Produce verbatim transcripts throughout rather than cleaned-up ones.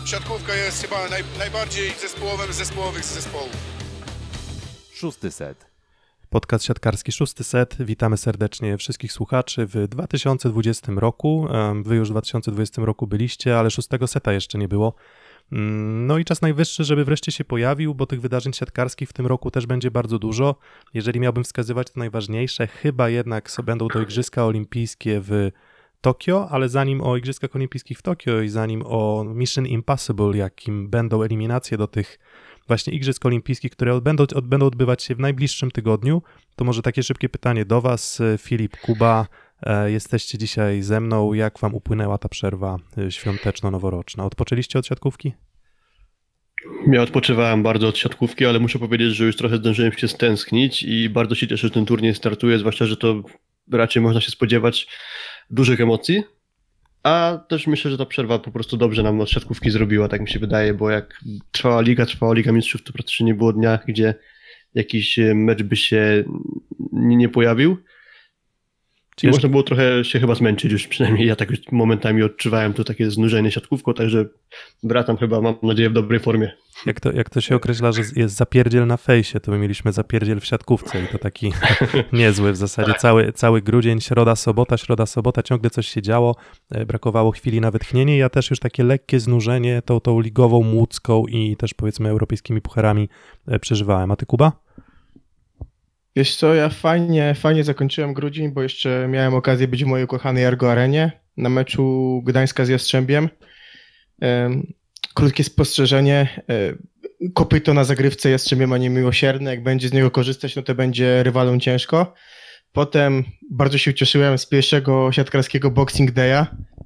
siatkówka jest chyba naj, najbardziej zespołowym z zespołowych z zespołów. Szósty set. Podcast siatkarski Szósty Set. Witamy serdecznie wszystkich słuchaczy w dwa tysiące dwudziestym roku. Wy już w dwa tysiące dwudziestym roku byliście, ale szóstego seta jeszcze nie było. No i czas najwyższy, żeby wreszcie się pojawił, bo tych wydarzeń siatkarskich w tym roku też będzie bardzo dużo. Jeżeli miałbym wskazywać to najważniejsze, chyba jednak będą to Igrzyska Olimpijskie w Tokio, ale zanim o Igrzyskach Olimpijskich w Tokio i zanim o Mission Impossible, jakim będą eliminacje do tych właśnie Igrzysk Olimpijskich, które będą, będą odbywać się w najbliższym tygodniu, to może takie szybkie pytanie do Was, Filip, Kuba, e, jesteście dzisiaj ze mną, jak Wam upłynęła ta przerwa świąteczno-noworoczna? Odpoczęliście od siatkówki? Ja odpoczywałem bardzo od siatkówki, ale muszę powiedzieć, że już trochę zdążyłem się stęsknić i bardzo się cieszę, że ten turniej startuje, zwłaszcza, że to raczej można się spodziewać dużych emocji, a też myślę, że ta przerwa po prostu dobrze nam od siatkówki zrobiła, tak mi się wydaje, bo jak trwała liga, trwała Liga Mistrzów, to praktycznie nie było dnia, gdzie jakiś mecz by się nie, nie pojawił. Czyli można było trochę się chyba zmęczyć już, przynajmniej ja tak już momentami odczuwałem to takie znużenie siatkówką, także wracam chyba, mam nadzieję, w dobrej formie. Jak to, jak to się określa, że jest zapierdziel na fejsie, to my mieliśmy zapierdziel w siatkówce i to taki niezły w zasadzie. Cały, cały grudzień, środa, sobota, środa, sobota, ciągle coś się działo, brakowało chwili na wytchnienie. Ja też już takie lekkie znużenie tą, tą ligową, łódzką i też powiedzmy europejskimi pucharami przeżywałem. A ty, Kuba? Wiesz co, ja fajnie, fajnie zakończyłem grudzień, bo jeszcze miałem okazję być w mojej ukochanej Argo Arenie na meczu Gdańska z Jastrzębiem. Krótkie spostrzeżenie, kopyto na zagrywce Jastrzębie ma niemiłosierne, jak będzie z niego korzystać, no to będzie rywalom ciężko. Potem bardzo się ucieszyłem z pierwszego siatkarskiego Boxing Day'a,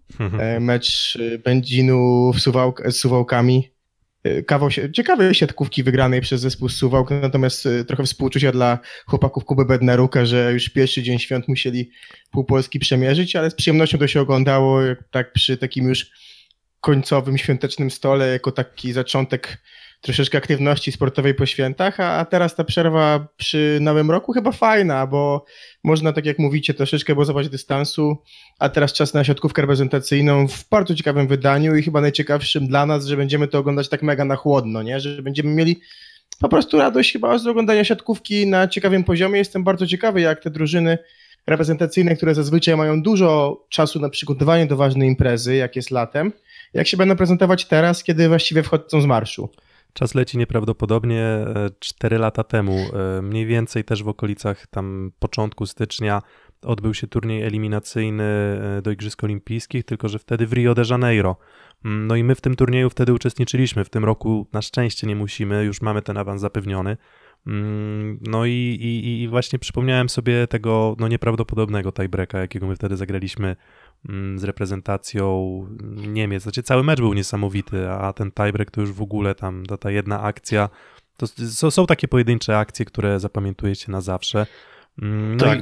mecz Będzinu z Suwałkami. Kawał się, ciekawej siatkówki wygranej przez zespół z Suwałk, natomiast trochę współczucia dla chłopaków Kuby Bednaruka, że już pierwszy dzień świąt musieli pół Polski przemierzyć, ale z przyjemnością to się oglądało tak przy takim już końcowym świątecznym stole, jako taki zaczątek troszeczkę aktywności sportowej po świętach, a teraz ta przerwa przy Nowym Roku chyba fajna, bo można, tak jak mówicie, troszeczkę obozować dystansu, a teraz czas na siatkówkę reprezentacyjną w bardzo ciekawym wydaniu i chyba najciekawszym dla nas, że będziemy to oglądać tak mega na chłodno, nie? Że będziemy mieli po prostu radość chyba z oglądania siatkówki na ciekawym poziomie. Jestem bardzo ciekawy, jak te drużyny reprezentacyjne, które zazwyczaj mają dużo czasu na przygotowanie do ważnej imprezy, jak jest latem, jak się będą prezentować teraz, kiedy właściwie wchodzą z marszu. Czas leci nieprawdopodobnie. Cztery lata temu, mniej więcej też w okolicach tam początku stycznia, odbył się turniej eliminacyjny do Igrzysk Olimpijskich, tylko że wtedy w Rio de Janeiro. No i my w tym turnieju wtedy uczestniczyliśmy. W tym roku na szczęście nie musimy, już mamy ten awans zapewniony. No i, i, i właśnie przypomniałem sobie tego no nieprawdopodobnego tiebreaka, jakiego my wtedy zagraliśmy z reprezentacją Niemiec. Znaczy cały mecz był niesamowity, a ten tiebreak to już w ogóle tam ta, ta jedna akcja, to są, są takie pojedyncze akcje, które zapamiętujecie na zawsze. No tak,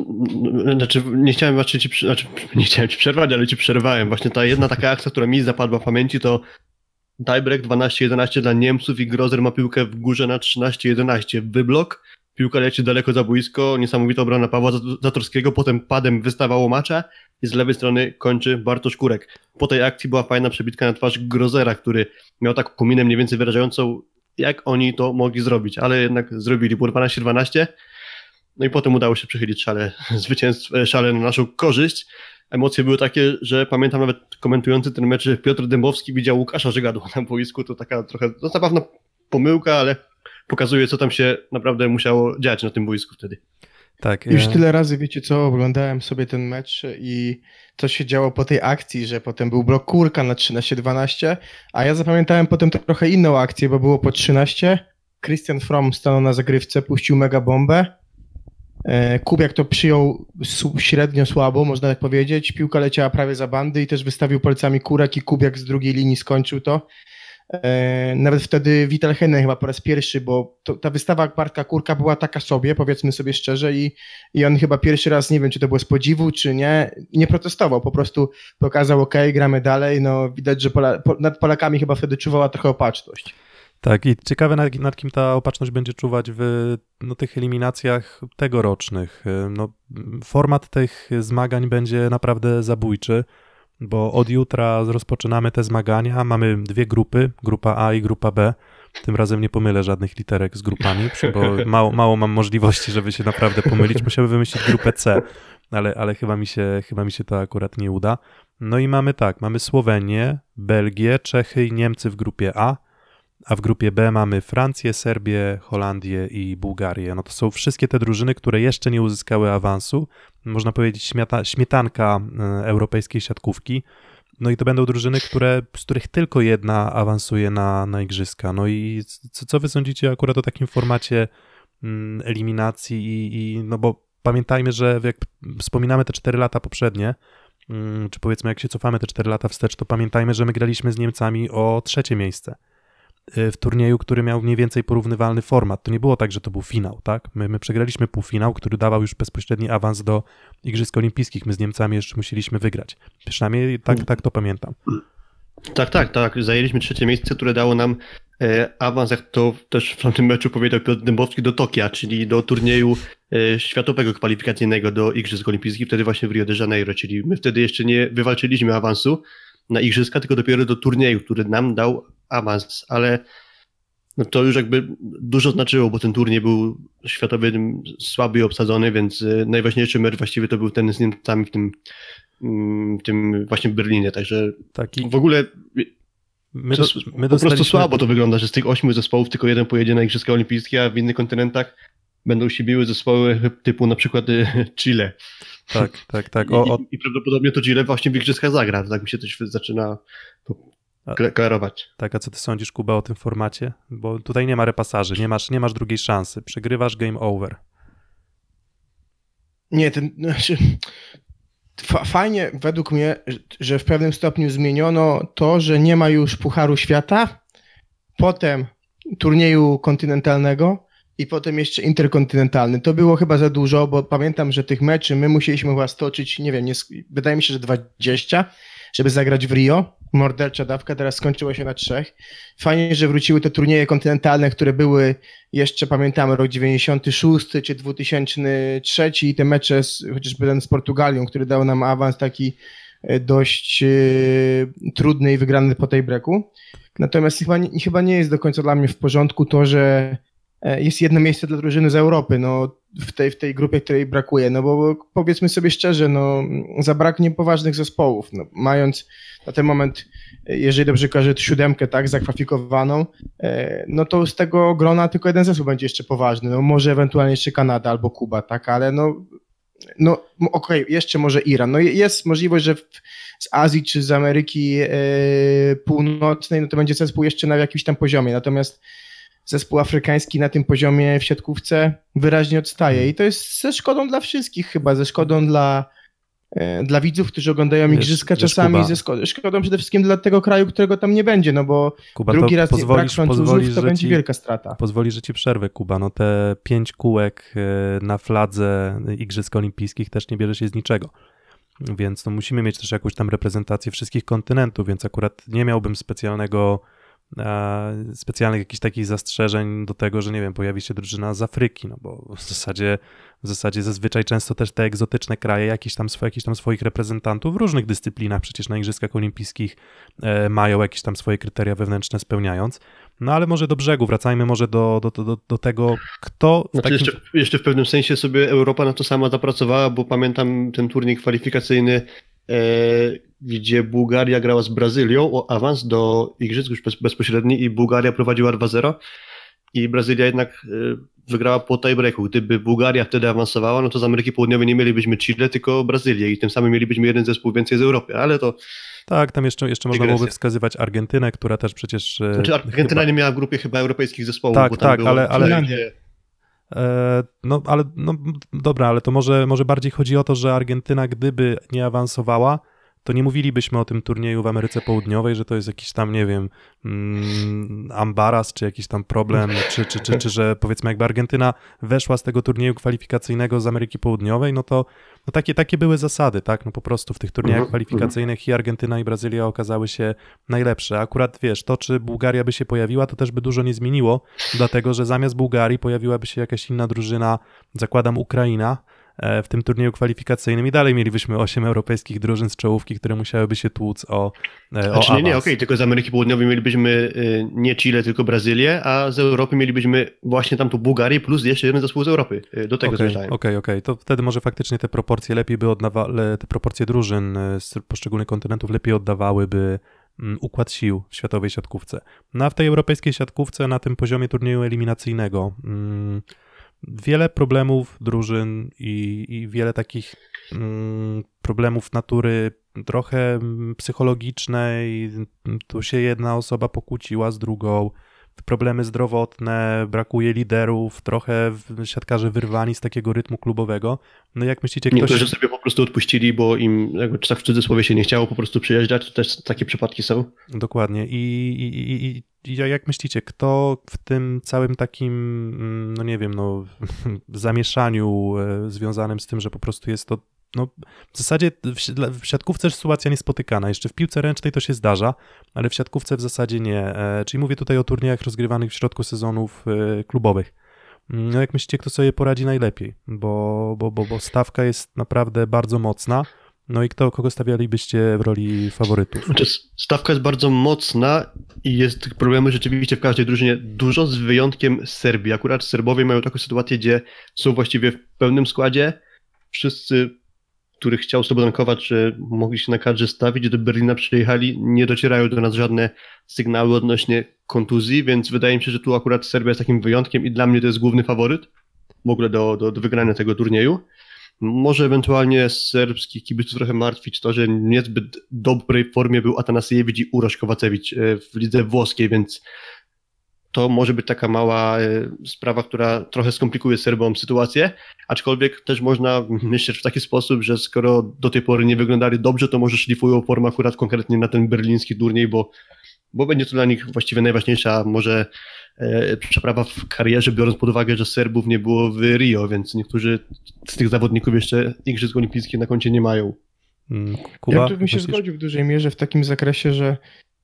i... znaczy nie chciałem właśnie ci, znaczy, nie chciałem ci przerwać, ale ci przerwałem. Właśnie ta jedna taka akcja, która mi zapadła w pamięci, to tiebreak dwanaście jedenaście dla Niemców i Grozer ma piłkę w górze na trzynaście jedenaście. Wyblok, piłka leci daleko za boisko, niesamowita obrona Pawła Zatorskiego, potem padem wystawało Macza i z lewej strony kończy Bartosz Kurek. Po tej akcji była fajna przebitka na twarz Grozera, który miał taką minę mniej więcej wyrażającą, jak oni to mogli zrobić, ale jednak zrobili. Było dwanaście dwanaście, no i potem udało się przechylić szale, zwycięstwo, szale na naszą korzyść. Emocje były takie, że pamiętam nawet komentujący ten mecz, że Piotr Dębowski widział Łukasza Żygadła na boisku, to taka trochę, to zabawna pomyłka, ale pokazuje, co tam się naprawdę musiało dziać na tym boisku wtedy. Tak, Już ja... tyle razy, wiecie co, oglądałem sobie ten mecz i co się działo po tej akcji, że potem był blok Kurka na trzynaście dwanaście, a ja zapamiętałem potem trochę inną akcję, bo było po trzynaście. Christian Fromm stanął na zagrywce, puścił mega bombę. Kubiak to przyjął średnio słabo, można tak powiedzieć. Piłka leciała prawie za bandy i też wystawił palcami Kurek i Kubiak z drugiej linii skończył to. Nawet wtedy Vital Heinen chyba po raz pierwszy, bo to, ta wystawa Bartka Kurka była taka sobie, powiedzmy sobie szczerze, i, i on chyba pierwszy raz, nie wiem czy to było z podziwu, czy nie, nie protestował, po prostu pokazał ok, gramy dalej, no widać, że Pola, po, nad Polakami chyba wtedy czuwała trochę opatrzność. Tak, i ciekawe nad, nad kim ta opatrzność będzie czuwać w no, tych eliminacjach tegorocznych. No, format tych zmagań będzie naprawdę zabójczy. bo od jutra rozpoczynamy te zmagania. Mamy dwie grupy, grupa A i grupa B. Tym razem nie pomylę żadnych literek z grupami, bo mało, mało mam możliwości, żeby się naprawdę pomylić. Musiałbym wymyślić grupę C, ale, ale chyba, mi się, chyba mi się to akurat nie uda. No i mamy tak, mamy Słowenię, Belgię, Czechy i Niemcy w grupie A, a w grupie B mamy Francję, Serbię, Holandię i Bułgarię. No to są wszystkie te drużyny, które jeszcze nie uzyskały awansu. Można powiedzieć śmieta, śmietanka europejskiej siatkówki. No i to będą drużyny, które, z których tylko jedna awansuje na, na igrzyska. No i co, co wy sądzicie akurat o takim formacie mm, eliminacji i, i no bo pamiętajmy, że jak wspominamy te cztery lata poprzednie, mm, czy powiedzmy jak się cofamy te cztery lata wstecz, to pamiętajmy, że my graliśmy z Niemcami o trzecie miejsce w turnieju, który miał mniej więcej porównywalny format. To nie było tak, że to był finał, tak? My, my przegraliśmy półfinał, który dawał już bezpośredni awans do Igrzysk Olimpijskich. My z Niemcami jeszcze musieliśmy wygrać. Przynajmniej tak, tak to pamiętam. Tak, tak, tak. Zajęliśmy trzecie miejsce, które dało nam e, awans, jak to też w tamtym meczu powiedział Piotr Dębowski, do Tokia, czyli do turnieju e, światowego kwalifikacyjnego do Igrzysk Olimpijskich, wtedy właśnie w Rio de Janeiro, czyli my wtedy jeszcze nie wywalczyliśmy awansu na Igrzyska, tylko dopiero do turnieju, który nam dał awans, ale no to już jakby dużo znaczyło, bo ten turniej był światowy, słaby i obsadzony, więc najważniejszy mecz właściwie to był ten z Niemcami w tym, w tym właśnie w Berlinie, także Taki... w ogóle My to, do, my po prostu słabo to wygląda, że z tych ośmiu zespołów tylko jeden pojedzie na Igrzyska Olimpijskie, a w innych kontynentach będą się biły zespoły typu na przykład Chile. Tak, tak, tak. O, o... I, I prawdopodobnie to Chile właśnie w Igrzyskach zagra, tak mi się też zaczyna klarować. Tak, a co ty sądzisz, Kuba, o tym formacie? Bo tutaj nie ma repasaży, nie masz, nie masz drugiej szansy. Przegrywasz, game over. Nie, ten... Znaczy, fajnie według mnie, że w pewnym stopniu zmieniono to, że nie ma już Pucharu Świata, potem turnieju kontynentalnego i potem jeszcze interkontynentalny. To było chyba za dużo, bo pamiętam, że tych meczy my musieliśmy chyba stoczyć, nie wiem, nie, wydaje mi się, że dwadzieścia, żeby zagrać w Rio. Mordercza dawka, teraz skończyła się na trzech. Fajnie, że wróciły te turnieje kontynentalne, które były jeszcze, pamiętamy, rok dziewięćdziesiąty szósty czy dwa tysiące trzeci i te mecze, z, chociażby ten z Portugalią, który dał nam awans taki dość yy, trudny i wygrany po tej breaku. Natomiast chyba nie, chyba nie jest do końca dla mnie w porządku to, że jest jedno miejsce dla drużyny z Europy, no w tej, w tej grupie, której brakuje, no bo powiedzmy sobie szczerze, no zabraknie poważnych zespołów, no mając na ten moment, jeżeli dobrze kojarzę, siódemkę, tak, zakwalifikowaną, no to z tego grona tylko jeden zespół będzie jeszcze poważny, no może ewentualnie jeszcze Kanada albo Kuba, tak, ale no, no okej, okay, jeszcze może Iran, no jest możliwość, że w, z Azji czy z Ameryki e, Północnej, no to będzie zespół jeszcze na jakimś tam poziomie, natomiast zespół afrykański na tym poziomie w siatkówce wyraźnie odstaje i to jest ze szkodą dla wszystkich chyba, ze szkodą dla, e, dla widzów, którzy oglądają wiesz, igrzyska wiesz, czasami, Kuba, ze szkodą, szkodą przede wszystkim dla tego kraju, którego tam nie będzie, no bo Kuba, drugi raz brak Francuzów pozwolisz, to będzie ci, wielka strata. Pozwoli, że ci przerwę, Kuba, no te pięć kółek na fladze Igrzysk Olimpijskich też nie bierze się z niczego. Więc no, musimy mieć też jakąś tam reprezentację wszystkich kontynentów, więc akurat nie miałbym specjalnego specjalnych jakichś takich zastrzeżeń do tego, że nie wiem, pojawi się drużyna z Afryki, no bo w zasadzie, w zasadzie zazwyczaj często też te egzotyczne kraje jakiś tam, swo, jakiś tam swoich reprezentantów w różnych dyscyplinach, przecież na Igrzyskach Olimpijskich e, mają jakieś tam swoje kryteria wewnętrzne spełniając, no ale może do brzegu, wracajmy może do, do, do, do tego, kto... W znaczy takim... jeszcze, jeszcze w pewnym sensie sobie Europa na to sama zapracowała, bo pamiętam ten turniej kwalifikacyjny, e, gdzie Bułgaria grała z Brazylią o awans do Igrzysk już bez, bezpośredni i Bułgaria prowadziła dwa zero i Brazylia jednak e, wygrała po tiebreaku. Gdyby Bułgaria wtedy awansowała, no to z Ameryki Południowej nie mielibyśmy Chile, tylko Brazylię i tym samym mielibyśmy jeden zespół więcej z Europy, ale to... Tak, tam jeszcze, jeszcze można byłoby wskazywać Argentynę, która też przecież... Znaczy Argentyna chyba... nie miała w grupie chyba europejskich zespołów, tak, bo tam tak, było... ale... ale... Finlandię. No, ale no dobra, ale to może, może bardziej chodzi o to, że Argentyna, gdyby nie awansowała, to nie mówilibyśmy o tym turnieju w Ameryce Południowej, że to jest jakiś tam, nie wiem, mm, ambaras, czy jakiś tam problem, czy, czy, czy, czy że powiedzmy jakby Argentyna weszła z tego turnieju kwalifikacyjnego z Ameryki Południowej, no to no takie, takie były zasady, tak, no po prostu w tych turniejach kwalifikacyjnych i Argentyna i Brazylia okazały się najlepsze. Akurat wiesz, to czy Bułgaria by się pojawiła, to też by dużo nie zmieniło, dlatego że zamiast Bułgarii pojawiłaby się jakaś inna drużyna, zakładam Ukraina, w tym turnieju kwalifikacyjnym i dalej mielibyśmy osiem europejskich drużyn z czołówki, które musiałyby się tłuc o, o Znaczy, nie, nie, awans. okej, tylko z Ameryki Południowej mielibyśmy y, nie Chile, tylko Brazylię, a z Europy mielibyśmy właśnie tamtą Bułgarię plus jeszcze jeden zespół z Europy. Y, Do tego Okej, zmierzałem. okej, okej. To wtedy może faktycznie te proporcje lepiej by oddawały, te proporcje drużyn z poszczególnych kontynentów lepiej oddawałyby mm, układ sił w światowej siatkówce. No a w tej europejskiej siatkówce na tym poziomie turnieju eliminacyjnego mm, wiele problemów drużyn i, i wiele takich mm, problemów natury trochę mm, psychologicznej. Tu się jedna osoba pokłóciła z drugą, problemy zdrowotne, brakuje liderów, trochę siatkarze wyrwani z takiego rytmu klubowego. No jak myślicie, ktoś... Niektórzy sobie po prostu odpuścili, bo im, jakby tak w cudzysłowie się nie chciało po prostu przyjeżdżać, to też takie przypadki są. Dokładnie. I, i, i, i jak myślicie, kto w tym całym takim, no nie wiem, no zamieszaniu e, związanym z tym, że po prostu jest to, no w zasadzie w, w siatkówce sytuacja niespotykana. Jeszcze w piłce ręcznej to się zdarza, ale w siatkówce w zasadzie nie. E, czyli mówię tutaj o turniejach rozgrywanych w środku sezonów e, klubowych. No jak myślicie, kto sobie poradzi najlepiej? Bo, bo, bo, bo stawka jest naprawdę bardzo mocna. No i kto, kogo stawialibyście w roli faworytów? Znaczy, stawka jest bardzo mocna i jest tych problemów rzeczywiście w każdej drużynie dużo, z wyjątkiem Serbii. Akurat Serbowie mają taką sytuację, gdzie są właściwie w pełnym składzie. Wszyscy, których chciał Slobodan Kovac, że mogli się na kadrze stawić, do Berlina przyjechali, nie docierają do nas żadne sygnały odnośnie kontuzji, więc wydaje mi się, że tu akurat Serbia jest takim wyjątkiem i dla mnie to jest główny faworyt w ogóle do, do, do wygrania tego turnieju. Może ewentualnie serbskich kibiców trochę martwić to, że w niezbyt dobrej formie był Atanasiewicz i Uroš Kovacevic w lidze włoskiej, więc to może być taka mała sprawa, która trochę skomplikuje Serbom sytuację, aczkolwiek też można myśleć w taki sposób, że skoro do tej pory nie wyglądali dobrze, to może szlifują formę akurat konkretnie na ten berliński turniej, bo, bo będzie to dla nich właściwie najważniejsza może e, przeprawa w karierze, biorąc pod uwagę, że Serbów nie było w Rio, więc niektórzy z tych zawodników jeszcze Igrzysk Olimpijskich na koncie nie mają. Kuba, ja tu bym się myślisz? zgodził w dużej mierze w takim zakresie, że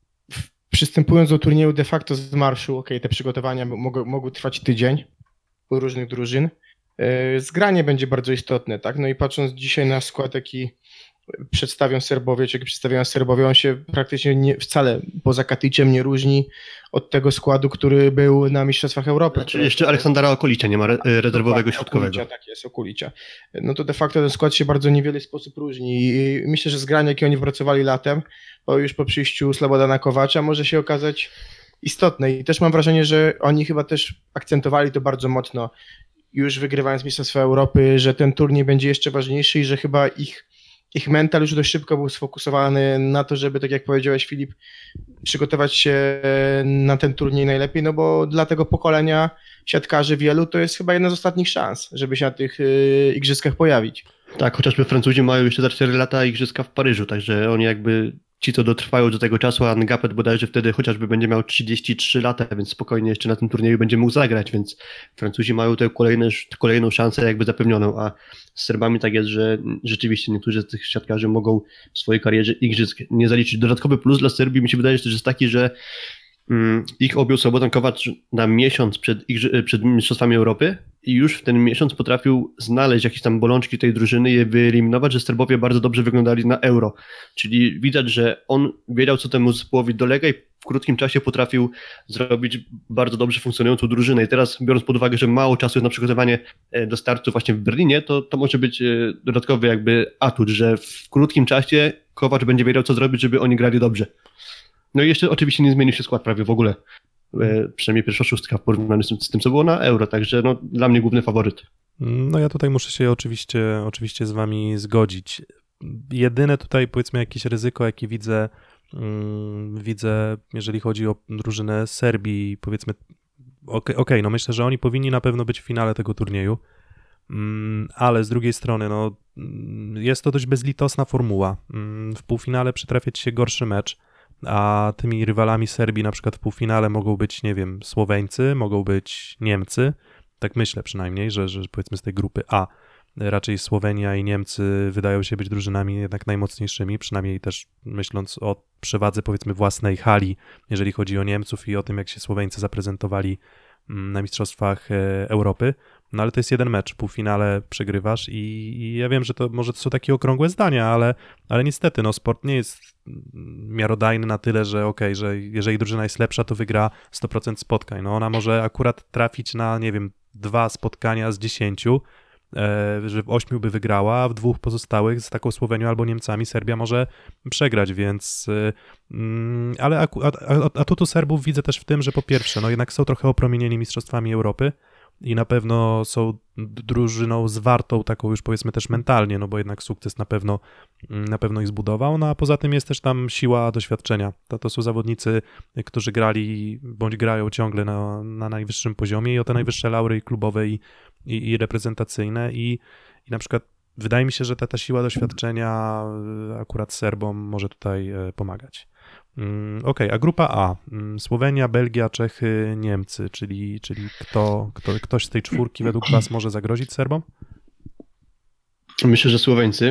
w, przystępując do turnieju de facto z marszu, okej, te przygotowania mogą, mogą trwać tydzień u różnych drużyn. Yy, zgranie będzie bardzo istotne, tak? No i patrząc dzisiaj na skład, jaki przedstawią Serbowie, czy jaki przedstawiają Serbowie, on się praktycznie nie, wcale poza Katyciem nie różni od tego składu, który był na Mistrzostwach Europy. Znaczy jeszcze Aleksandra Okolicia nie ma re- rezerwowego środkowego. Okulicia, tak jest, Okulicia. No to de facto ten skład się bardzo niewiele sposób różni i myślę, że zgranie, jakie oni wypracowali latem, to już po przyjściu Slobodana Kovacza może się okazać istotne i też mam wrażenie, że oni chyba też akcentowali to bardzo mocno, już wygrywając Mistrzostwa Europy, że ten turniej będzie jeszcze ważniejszy i że chyba ich Ich mental już dość szybko był sfokusowany na to, żeby, tak jak powiedziałeś, Filip, przygotować się na ten turniej najlepiej, no bo dla tego pokolenia siatkarzy wielu to jest chyba jedna z ostatnich szans, żeby się na tych y, igrzyskach pojawić. Tak, chociażby Francuzi mają jeszcze za cztery lata igrzyska w Paryżu, także oni jakby ci, co dotrwają do tego czasu, a Ngapet bodajże wtedy chociażby będzie miał trzydzieści trzy lata, więc spokojnie jeszcze na tym turnieju będzie mógł zagrać, więc Francuzi mają tę kolejne, kolejną szansę jakby zapewnioną, a z Serbami tak jest, że rzeczywiście niektórzy z tych siatkarzy mogą w swojej karierze igrzysk nie zaliczyć. Dodatkowy plus dla Serbii mi się wydaje, że też jest taki, że mm, ich objął Slobodan Kovac na miesiąc przed, igrzy- przed Mistrzostwami Europy i już w ten miesiąc potrafił znaleźć jakieś tam bolączki tej drużyny i je wyeliminować, że Serbowie bardzo dobrze wyglądali na Euro. Czyli widać, że on wiedział, co temu zespołowi dolega i w krótkim czasie potrafił zrobić bardzo dobrze funkcjonującą drużynę. I teraz, biorąc pod uwagę, że mało czasu jest na przygotowanie do startu właśnie w Berlinie, to, to może być dodatkowy jakby atut, że w krótkim czasie Kovac będzie wiedział, co zrobić, żeby oni grali dobrze. No i jeszcze oczywiście nie zmienił się skład prawie w ogóle. E, przynajmniej pierwsza szóstka w porównaniu z tym, z tym, co było na Euro, także no, dla mnie główny faworyt. No ja tutaj muszę się oczywiście, oczywiście z wami zgodzić. Jedyne tutaj powiedzmy jakieś ryzyko, jakie widzę, um, widzę, jeżeli chodzi o drużynę Serbii, powiedzmy, okej, okay, okay, no myślę, że oni powinni na pewno być w finale tego turnieju, um, ale z drugiej strony, no jest to dość bezlitosna formuła. Um, w półfinale przytrafiać się gorszy mecz, a tymi rywalami Serbii na przykład w półfinale mogą być, nie wiem, Słoweńcy, mogą być Niemcy, tak myślę przynajmniej, że, że powiedzmy z tej grupy A raczej Słowenia i Niemcy wydają się być drużynami jednak najmocniejszymi, przynajmniej też myśląc o przewadze powiedzmy własnej hali, jeżeli chodzi o Niemców i o tym, jak się Słoweńcy zaprezentowali mm, na Mistrzostwach e, Europy. No ale to jest jeden mecz, w półfinale przegrywasz i, i ja wiem, że to może to są takie okrągłe zdania, ale, ale niestety no, sport nie jest miarodajny na tyle, że okej, okay, że jeżeli drużyna jest lepsza, to wygra sto procent spotkań. No ona może akurat trafić na, nie wiem, dwa spotkania z dziesięciu, e, że w ośmiu by wygrała, a w dwóch pozostałych z taką Słowenią albo Niemcami Serbia może przegrać, więc e, mm, ale aku, a, a, atutu Serbów widzę też w tym, że po pierwsze, no jednak są trochę opromienieni mistrzostwami Europy, i na pewno są drużyną zwartą, taką już powiedzmy też mentalnie, no bo jednak sukces na pewno, na pewno ich zbudował, no a poza tym jest też tam siła doświadczenia. To, to są zawodnicy, którzy grali bądź grają ciągle na, na najwyższym poziomie i o te najwyższe laury i klubowe i, i, i reprezentacyjne i, i na przykład wydaje mi się, że ta, ta siła doświadczenia akurat Serbom może tutaj pomagać. Okej, okay, a grupa A, Słowenia, Belgia, Czechy, Niemcy, czyli, czyli kto, kto, ktoś z tej czwórki według was może zagrozić Serbom? Myślę, że Słoweńcy.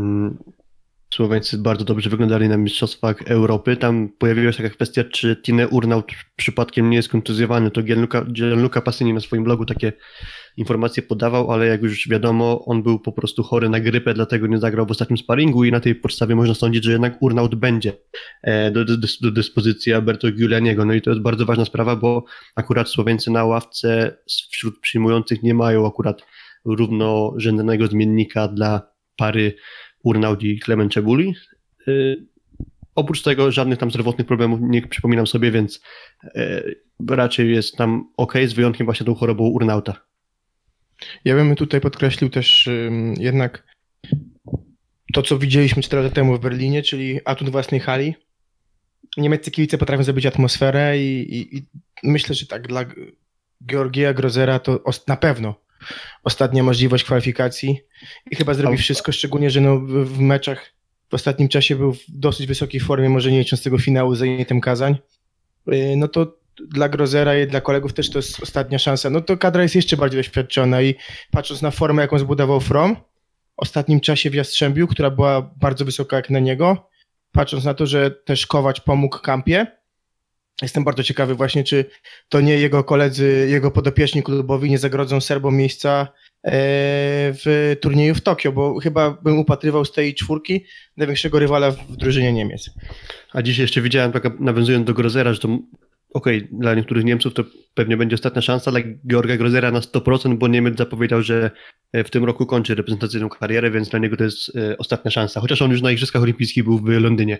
Słoweńcy bardzo dobrze wyglądali na Mistrzostwach Europy. Tam pojawiła się taka kwestia, czy Tine Urnaut przypadkiem nie jest kontuzjowany. To Gianluca, Gianluca Passini na swoim blogu takie informacje podawał, ale jak już wiadomo, on był po prostu chory na grypę, dlatego nie zagrał w ostatnim sparingu i na tej podstawie można sądzić, że jednak Urnaut będzie do, do, do dyspozycji Alberto Giulianiego. No i to jest bardzo ważna sprawa, bo akurat Słoweńcy na ławce wśród przyjmujących nie mają akurat równorzędnego zmiennika dla pary Urnaut i Clement Czebuli. Yy, oprócz tego żadnych tam zdrowotnych problemów nie przypominam sobie, więc yy, raczej jest tam ok, z wyjątkiem właśnie tą chorobą Urnauta. Ja bym tutaj podkreślił też yy, jednak to, co widzieliśmy cztery lata temu w Berlinie, czyli atut własnej hali. Niemieccy kibice potrafią zrobić atmosferę i, i, i myślę, że tak dla Georgija Grozera to os- na pewno ostatnia możliwość kwalifikacji i chyba zrobi wszystko, szczególnie, że no w, w meczach w ostatnim czasie był w dosyć wysokiej formie, może nie licząc tego finału z Zenitem Kazań. No to dla Grozera i dla kolegów też to jest ostatnia szansa. No to kadra jest jeszcze bardziej doświadczona i patrząc na formę, jaką zbudował From w ostatnim czasie w Jastrzębiu, która była bardzo wysoka jak na niego, patrząc na to, że też Kowacz pomógł Kampie, jestem bardzo ciekawy właśnie, czy to nie jego koledzy, jego podopieczni klubowi nie zagrodzą Serbom miejsca w turnieju w Tokio, bo chyba bym upatrywał z tej czwórki największego rywala w drużynie Niemiec. A dzisiaj jeszcze widziałem, tak nawiązując do Grozera, że to okej, okay, dla niektórych Niemców to pewnie będzie ostatnia szansa, dla Georga Grozera na sto procent, bo Niemiec zapowiedział, że w tym roku kończy reprezentacyjną karierę, więc dla niego to jest ostatnia szansa. Chociaż on już na Igrzyskach Olimpijskich był w Londynie.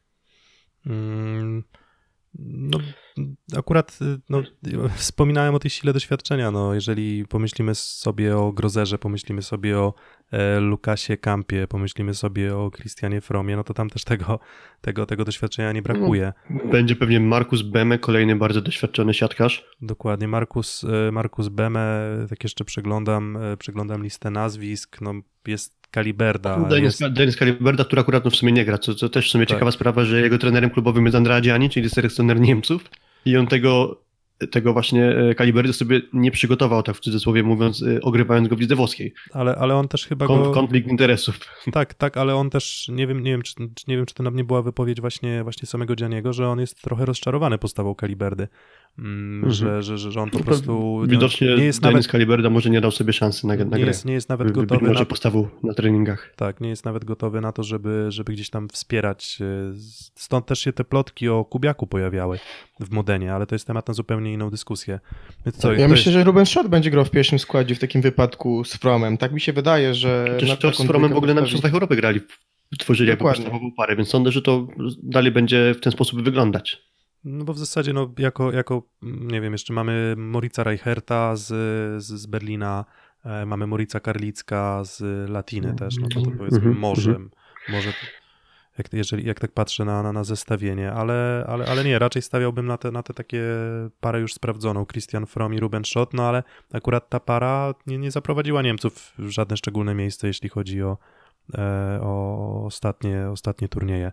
Hmm. No, akurat no, wspominałem o tej sile doświadczenia. No, jeżeli pomyślimy sobie o Grozerze, pomyślimy sobie o e, Lukasie Kampie, pomyślimy sobie o Christianie Fromie, no to tam też tego, tego, tego doświadczenia nie brakuje. Będzie pewnie Markus Beme, kolejny bardzo doświadczony siatkarz. Dokładnie, Markus, Markus Beme, tak jeszcze przeglądam, przeglądam listę nazwisk, no jest Kaliberda. Denis, jest... Denis Kaliberda, który akurat no w sumie nie gra, co, co też w sumie tak. Ciekawa sprawa, że jego trenerem klubowym jest Andrea Gianni, czyli selekcjoner Niemców i on tego, tego właśnie Kaliberdy sobie nie przygotował, tak w cudzysłowie mówiąc, ogrywając go w lidze włoskiej. Ale, ale on też chyba Kon, go... Konflikt interesów. Tak, tak, ale on też, nie wiem, nie wiem, czy, nie wiem, czy to nam nie była wypowiedź właśnie, właśnie samego Gianniego, że on jest trochę rozczarowany postawą Kaliberdy. Mm, mhm. że, że, że on po prostu... Widocznie nie jest Denis nawet, Kaliberda może nie dał sobie szansy na, na grę. Nie jest, nie jest nawet By, gotowy może na... postawą na treningach. Tak, nie jest nawet gotowy na to, żeby, żeby gdzieś tam wspierać. Stąd też się te plotki o Kubiaku pojawiały w Modenie, ale to jest temat na zupełnie inną dyskusję. Więc co, ja myślę, jest... że Ruben Schott będzie grał w pierwszym składzie w takim wypadku z Fromem. Tak mi się wydaje, że... Przecież z Fromem w ogóle na Mistrzostwach Europy grali, tworzyli jakąś podstawową parę, więc sądzę, że to dalej będzie w ten sposób wyglądać. No bo w zasadzie, no, jako, jako, nie wiem, jeszcze mamy Moritza Reicherta z, z, z Berlina, e, mamy Moritza Karlicka z Latiny też, no to, to powiedzmy mm-hmm. może, może jak, jeżeli, jak tak patrzę na, na, na zestawienie, ale, ale, ale nie, raczej stawiałbym na te, na te takie parę już sprawdzoną, Christian From i Ruben Schott, no ale akurat ta para nie, nie zaprowadziła Niemców w żadne szczególne miejsce, jeśli chodzi o, e, o ostatnie, ostatnie turnieje.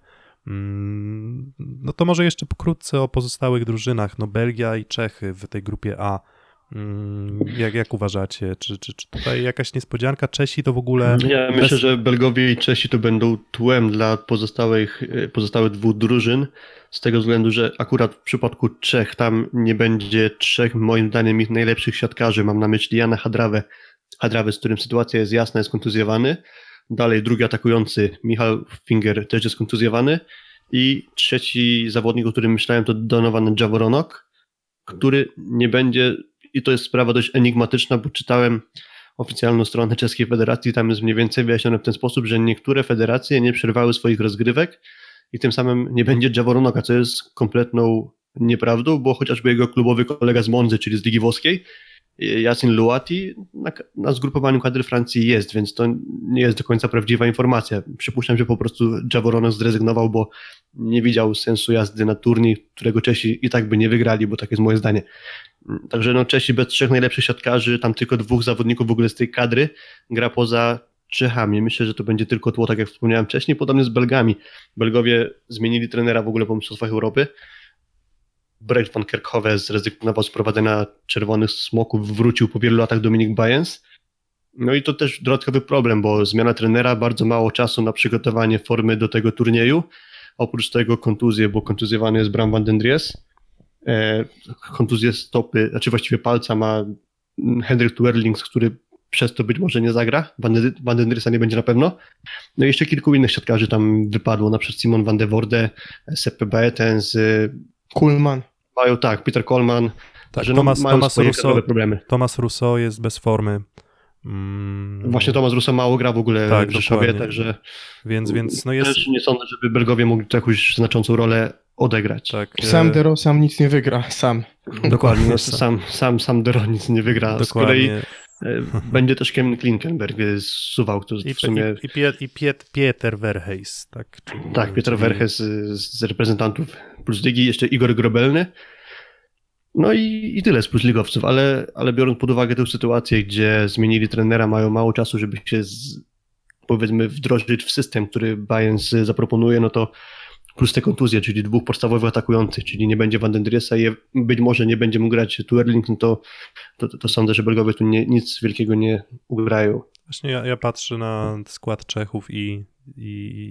No to może jeszcze pokrótce o pozostałych drużynach. No Belgia i Czechy w tej grupie A. Mm, Jak, jak uważacie? Czy, czy, czy tutaj jakaś niespodzianka? Czesi to w ogóle... Ja bez- myślę, że Belgowie i Czesi to będą tłem dla pozostałych, pozostałych dwóch drużyn, z tego względu, że akurat w przypadku Czech tam nie będzie trzech, moim zdaniem, ich najlepszych siatkarzy. Mam na myśli Jana Hadrawę, Hadrawę, z którym sytuacja jest jasna, jest kontuzjowany. Dalej drugi atakujący, Michał Finger, też jest kontuzjowany. I trzeci zawodnik, o którym myślałem, to Donovan Jaworonok, który nie będzie, i to jest sprawa dość enigmatyczna, bo czytałem oficjalną stronę Czeskiej Federacji, tam jest mniej więcej wyjaśnione w ten sposób, że niektóre federacje nie przerwały swoich rozgrywek i tym samym nie będzie Jaworonoka, co jest kompletną nieprawdą, bo chociażby jego klubowy kolega z Monzy, czyli z Ligi Włoskiej, Yacine Louati, na, na zgrupowaniu kadry Francji jest, więc to nie jest do końca prawdziwa informacja. Przypuszczam, że po prostu Javoronok zrezygnował, bo nie widział sensu jazdy na turniej, którego Czesi i tak by nie wygrali, bo tak jest moje zdanie. Także no Czesi bez trzech najlepszych siatkarzy, tam tylko dwóch zawodników w ogóle z tej kadry gra poza Czechami. Myślę, że to będzie tylko tło, tak jak wspomniałem wcześniej, podobnie z Belgami. Belgowie zmienili trenera w ogóle po Mistrzostwach Europy. Brecht van Kerkhove zrezygnował z prowadzenia Czerwonych Smoków, wrócił po wielu latach Dominik Bayens. No i to też dodatkowy problem, bo zmiana trenera, bardzo mało czasu na przygotowanie formy do tego turnieju. Oprócz tego kontuzje, bo kontuzjowany jest Bram van den Dries. E, kontuzję stopy, znaczy właściwie palca ma Hendrik Tuerlings, który przez to być może nie zagra. Van den, van den Driesa nie będzie na pewno. No i jeszcze kilku innych siatkarzy tam wypadło, na przykład Simon van de Voorde, Seppe Baetens, Kulman. mają tak, Peter Coleman, Tak, że no, Thomas, mają Thomas, swoje Rousseau, kadrowe problemy. Thomas Rousseau jest bez formy. Mm, Właśnie Thomas Rousseau mało gra w ogóle Tak, w Rzeszowie, dokładnie. także Więc, więc no jest... też nie sądzę, żeby Belgowie mogli tu jakąś znaczącą rolę odegrać. Tak, e, Sam Dero sam nic nie wygra, sam. Dokładnie, no, sam, sam, sam Dero nic nie wygra. Z kolei dokładnie. e, będzie też Kevin Klinkenberg z Suwałk, I, w sumie... i, i, Piet, i Piet, Pieter Verhees, tak? Czyli, Tak, Pieter czyli- Verhees z, z reprezentantów Plus Ligi, jeszcze Igor Grobelny. No i, i tyle z Plus Ligowców, ale, ale biorąc pod uwagę tę sytuację, gdzie zmienili trenera, mają mało czasu, żeby się z, powiedzmy wdrożyć w system, który Bayerns zaproponuje, no to plus te kontuzje, czyli dwóch podstawowych atakujących, czyli nie będzie Van den Driesa i być może nie będzie mógł grać Tuerling, no to, to, to sądzę, że Belgowie tu nie, nic wielkiego nie ugrają. Właśnie ja, ja patrzę na skład Czechów i, i,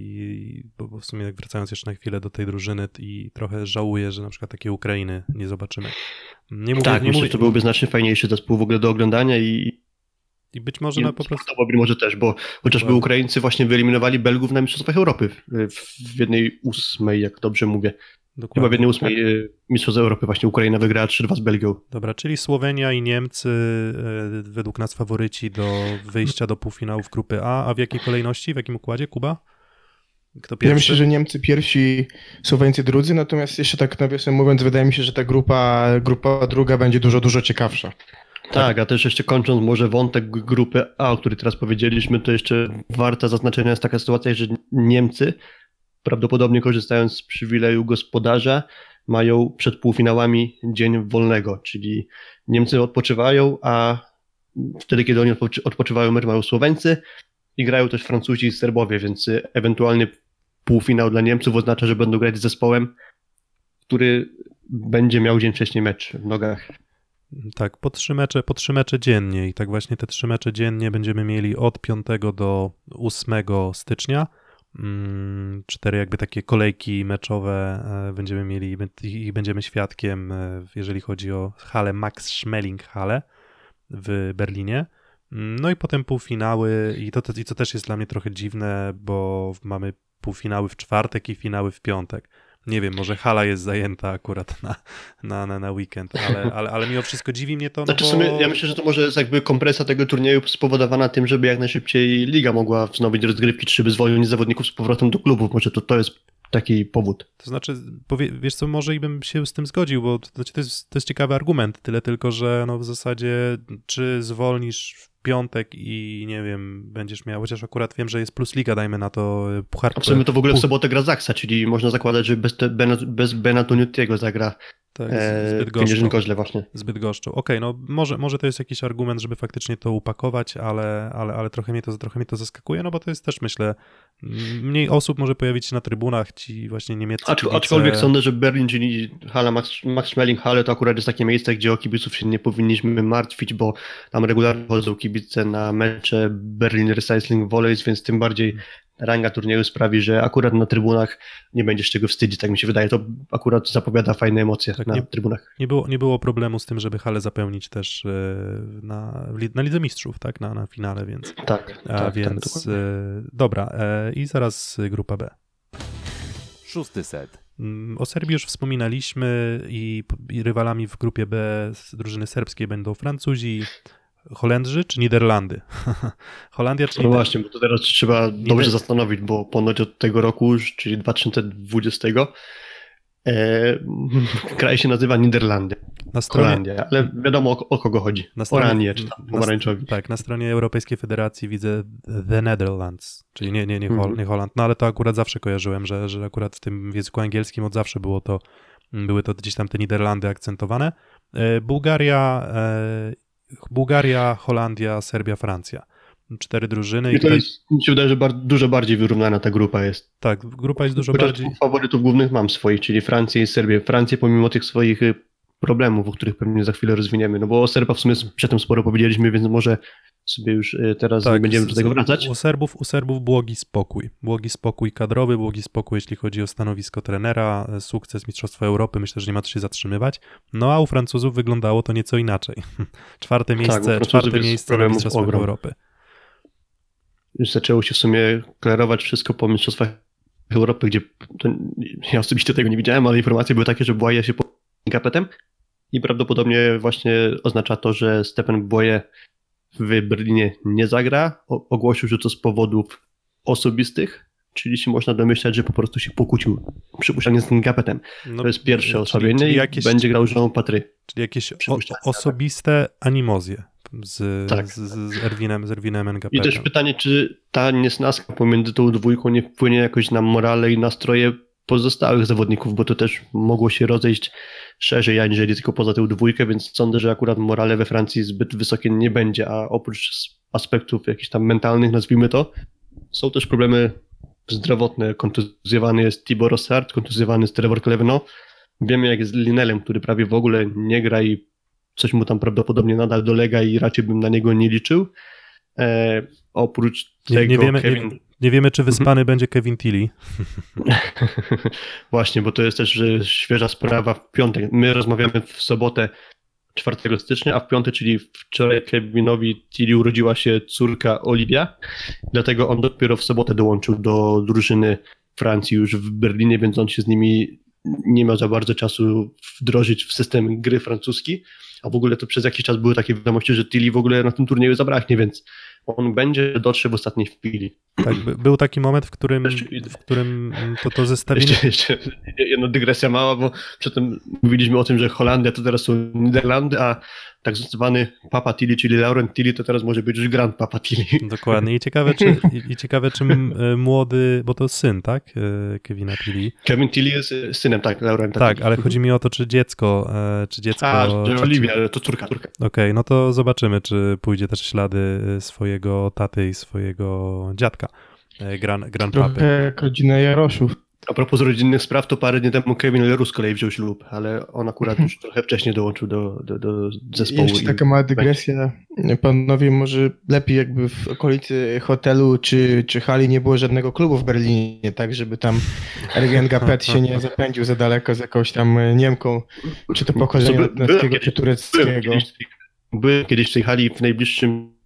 i bo bo w sumie jak wracając jeszcze na chwilę do tej drużyny i trochę żałuję, że na przykład takiej Ukrainy nie zobaczymy. Nie mówię, Tak, nie myślę, mówię, że to byłby znacznie fajniejszy zespół w ogóle do oglądania i, i być może na po prostu... sportowo być może też, bo chociażby Dokładnie. Ukraińcy właśnie wyeliminowali Belgów na Mistrzostwach Europy w, w jednej ósmej, jak dobrze mówię. Chyba w Dokładnie. jednej ósmej e, Mistrzostw Europy właśnie Ukraina wygrała trzy dwa z Belgią. Dobra, czyli Słowenia i Niemcy e, według nas faworyci do wyjścia do półfinałów grupy A, a w jakiej kolejności, w jakim układzie, Kuba? Kto pierwszy? Ja myślę, że Niemcy pierwsi, Słoweńcy drudzy, natomiast jeszcze tak nawiasem mówiąc, wydaje mi się, że ta grupa, grupa druga będzie dużo, dużo ciekawsza. Tak, a też jeszcze kończąc może wątek grupy A, o której teraz powiedzieliśmy, to jeszcze warta zaznaczenia jest taka sytuacja, że Niemcy prawdopodobnie korzystając z przywileju gospodarza mają przed półfinałami dzień wolnego, czyli Niemcy odpoczywają, a wtedy, kiedy oni odpoczy- odpoczywają, mecz mają Słoweńcy i grają też Francuzi i Serbowie, więc ewentualnie półfinał dla Niemców oznacza, że będą grać z zespołem, który będzie miał dzień wcześniej mecz w nogach. Tak, po trzy mecze, po trzy mecze dziennie i tak właśnie te trzy mecze dziennie będziemy mieli od piątego do ósmego stycznia. Mm, Cztery jakby takie kolejki meczowe e, będziemy mieli i będziemy świadkiem, e, jeżeli chodzi o halę Max Schmeling Halle w Berlinie. Mm, No i potem półfinały i to, to, i co też jest dla mnie trochę dziwne, bo mamy półfinały w czwartek i finały w piątek. Nie wiem, może hala jest zajęta akurat na, na, na, na weekend, ale, ale, ale mimo wszystko dziwi mnie to, no Znaczy, bo... w sumie, ja myślę, że to może jest jakby kompresja tego turnieju spowodowana tym, żeby jak najszybciej liga mogła wznowić rozgrywki, czy żeby zwolnić zawodników z powrotem do klubów. Może to, to jest taki powód. To znaczy, powie, wiesz co, może i bym się z tym zgodził, bo to, znaczy, to, jest, to jest ciekawy argument, tyle tylko, że no w zasadzie czy zwolnisz w piątek i nie wiem, będziesz miał, chociaż akurat wiem, że jest plus liga, dajmy na to puchar. A w sumie to w ogóle w Pu- sobotę gra Zaksa, czyli można zakładać, że bez, te, Bena, bez Bena Toniutiego zagra Tak, e, zbyt w gorzko. Kędzierzyn-Koźle właśnie. Zbyt goszczą. Okej, no może, może to jest jakiś argument, żeby faktycznie to upakować, ale, ale, ale trochę, mnie to, trochę mnie to zaskakuje, no bo to jest też, myślę, mniej osób może pojawić się na trybunach, ci właśnie niemieccy Acz, kibice. aczkolwiek sądzę, że Berlin, czyli hala Max, Max Schmeling Halle to akurat jest takie miejsce, gdzie o kibiców się nie powinniśmy martwić, bo tam regularnie chodzą kibice na mecze Berlin Recycling Volleys, więc tym bardziej ranga turnieju sprawi, że akurat na trybunach nie będziesz czego wstydzić, tak mi się wydaje. To akurat zapowiada fajne emocje Tak, na nie- trybunach. Nie było, nie było problemu z tym, żeby halę zapełnić też e, na, w li- na Lidze Mistrzów, tak, na, na finale, więc, Tak, a tak, więc tak, dokładnie. e, dobra, e, i zaraz grupa B. Szósty set. Mm, O Serbii już wspominaliśmy i, i rywalami w grupie B z drużyny serbskiej będą Francuzi, Holendrzy czy Niderlandy? Holandia czy No Niderlandy? właśnie, bo to teraz trzeba dobrze zastanowić, bo ponoć od tego roku już, czyli dwa tysiące dwudziestego, e, kraj się nazywa Niderlandia, Na stronie, Holandia, ale wiadomo o, o kogo chodzi. na O stronie, Ranię, czy tam na- pomarańczowi. tak, na stronie Europejskiej Federacji widzę The Netherlands, czyli nie, nie, nie, Hol, Mhm. nie Holand, no ale to akurat zawsze kojarzyłem, że, że akurat w tym w języku angielskim od zawsze było to, były to gdzieś tam te Niderlandy akcentowane. E, Bułgaria, e, Bułgaria, Holandia, Serbia, Francja. Cztery drużyny i I to tutaj, jest, mi się wydaje, że bar- dużo bardziej wyrównana ta grupa jest. tak, grupa jest dużo Chociaż bardziej... faworytów głównych mam swoich, czyli Francję i Serbię. Francję pomimo tych swoich y, problemów, o których pewnie za chwilę rozwiniemy, no bo o Serbach w sumie przedtem sporo powiedzieliśmy, więc może sobie już y, teraz nie będziemy do tego wracać. U Serbów, u Serbów błogi spokój. Błogi spokój kadrowy, błogi spokój, jeśli chodzi o stanowisko trenera, sukces Mistrzostwa Europy, myślę, że nie ma co się zatrzymywać. No a u Francuzów wyglądało to nieco inaczej. Czwarte miejsce, Tak, u Francuzów czwarte jest miejsce na problemów Mistrzostwach ogrom. Europy. Już zaczęło się w sumie klarować wszystko po Mistrzostwach Europy, gdzie to, ja osobiście tego nie widziałem, ale informacje były takie, że Błaje się po kapetem i prawdopodobnie właśnie oznacza to, że Stepen Błaje w Berlinie nie zagra. O, ogłosił, że to z powodów osobistych, czyli się można domyślać, że po prostu się pokłócił przypuszczalnie z tym kapetem. No, To jest pierwsze czyli- osłabienie czyli i jakieś, będzie grał Jean Patry. czyli jakieś o, przypuszczalnie, tak. osobiste animozje z, Tak. z, z Erwinem, z Erwinem I Engapetem. też pytanie, czy ta niesnaska pomiędzy tą dwójką nie wpłynie jakoś na morale i nastroje pozostałych zawodników, bo to też mogło się rozejść szerzej, aniżeli tylko poza tę dwójkę, więc sądzę, że akurat morale we Francji zbyt wysokie nie będzie, a oprócz aspektów jakichś tam mentalnych, nazwijmy to, są też problemy zdrowotne. Kontuzjowany jest Thibaut Rossard, kontuzjowany jest Trevor Clevenot. Wiemy jak jest z Linelem, który prawie w ogóle nie gra i coś mu tam prawdopodobnie nadal dolega i raczej bym na niego nie liczył. E, oprócz Nie, tego nie, wiemy, Kevin... nie, nie wiemy, czy wyspany będzie Kevin Tilly. Właśnie, bo to jest też że świeża sprawa w piątek. My rozmawiamy w sobotę czwartego stycznia, a w piątek, czyli wczoraj Kevinowi Tilly urodziła się córka Olivia, dlatego on dopiero w sobotę dołączył do drużyny Francji już w Berlinie, więc on się z nimi nie miał za bardzo czasu wdrożyć w system gry francuski, a w ogóle to przez jakiś czas były takie wiadomości, że Tilly w ogóle na tym turnieju zabraknie, więc on będzie, dotrze w ostatniej chwili. Tak, by- był taki moment, w którym, Jeszcze- w którym to, to zestawienie... Jeszcze, jeszcze jedna dygresja mała, bo przedtem mówiliśmy o tym, że Holandia to teraz są Niderlandy, a tak zwany Papa Tilly, czyli Laurent Tilly, to teraz może być już Grand Papa Tilly. Dokładnie. I ciekawe, czy, i, i ciekawe, czy m- e, młody, bo to syn, tak? E, Kevina Tilly. Kevin Tilly jest e, synem, tak, Laurenta Tak, Tilly. ale chodzi mi o to, czy dziecko, e, czy dziecko... A, że czy- Olivia, to córka, córka. Okej, no to zobaczymy, czy pójdzie też w ślady e, swojego taty i swojego dziadka, e, gran, grandpapy. Trochę jak rodzina Jaroszów. A propos rodzinnych spraw, to parę dni temu Kevin Leroux z kolei wziął ślub, ale on akurat już trochę wcześniej dołączył do, do, do zespołu. Jeszcze i taka mała dygresja. Panowie, może lepiej jakby w okolicy hotelu czy, czy hali nie było żadnego klubu w Berlinie, tak żeby tam Ergen Gapet się nie zapędził za daleko z jakąś tam Niemką, czy to pochodzenia By- byłem etnockiego, czy kiedyś- Byłem tureckiego. kiedyś, byłem kiedyś w tej hali w najbliższym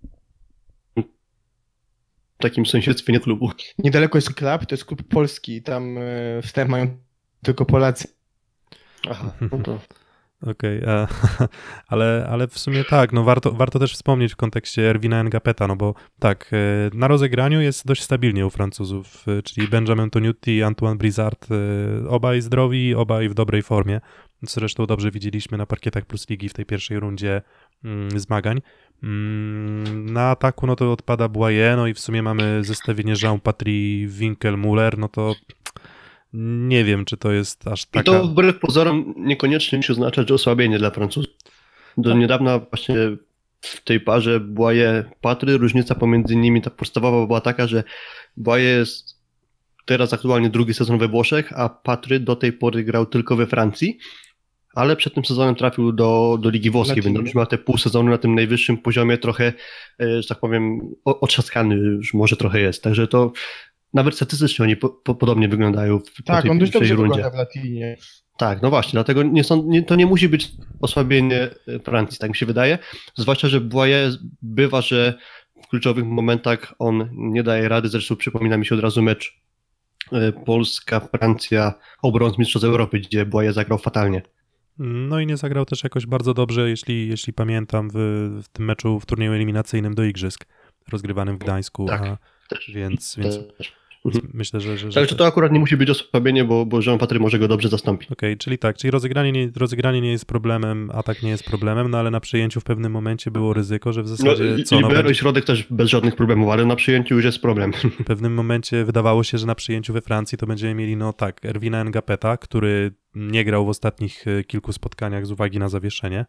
takim sąsiedztwie, nie klubu. Niedaleko jest klub, to jest klub polski, tam e, wstęp mają tylko Polacy. Aha, no to... Okej, e, ale, ale w sumie tak, no warto, warto też wspomnieć w kontekście Erwina Ngapeta, no bo tak, e, na rozegraniu jest dość stabilnie u Francuzów, e, czyli Benjamin Tonuti i Antoine Brizard, e, obaj zdrowi, obaj w dobrej formie, co zresztą dobrze widzieliśmy na parkietach Plus Ligi w tej pierwszej rundzie mm, zmagań. Mm, na ataku no to odpada Boye, no i w sumie mamy zestawienie Jean Patry, Winkel, Muller, no to nie wiem, czy to jest aż I taka... to wbrew pozorom niekoniecznie musi oznaczać osłabienie dla Francuzów. Do niedawna właśnie w tej parze Boye-Patry różnica pomiędzy nimi, ta podstawowa była taka, że Boye jest teraz aktualnie drugi sezon we Włoszech, a Patry do tej pory grał tylko we Francji, ale przed tym sezonem trafił do, do Ligi Włoskiej, Latino. więc już ma te pół sezonu na tym najwyższym poziomie, trochę, e, że tak powiem, o- otrzaskany już może trochę jest, także to nawet statystycznie oni po, po, podobnie wyglądają w, po Tak, tej on dość pierwszej dobrze rundzie. wygląda w Latinie. Tak, no właśnie, dlatego nie są, nie, to nie musi być osłabienie Francji, tak mi się wydaje. Zwłaszcza, że Boye bywa, że w kluczowych momentach on nie daje rady. Zresztą przypomina mi się od razu mecz e, Polska-Francja o brąz Mistrzostw Europy, gdzie Boye zagrał fatalnie. No i nie zagrał też jakoś bardzo dobrze, jeśli, jeśli pamiętam, w, w tym meczu w turnieju eliminacyjnym do Igrzysk, rozgrywanym w Gdańsku, Tak, a, też. więc, więc Też. myślę, że... że, że Także to akurat nie musi być osłabienie, bo, bo Jean Patry może go dobrze zastąpić. Okej, czyli tak, czyli rozegranie nie, rozegranie nie jest problemem, atak nie jest problemem, no ale na przyjęciu w pewnym momencie było ryzyko, że w No, zasadzie i- co, no libero i będzie, środek też bez żadnych problemów, ale na przyjęciu już jest problem. w pewnym momencie wydawało się, że na przyjęciu we Francji to będziemy mieli, no tak, Erwina Ngapeta, który nie grał w ostatnich e, kilku spotkaniach z uwagi na zawieszenie.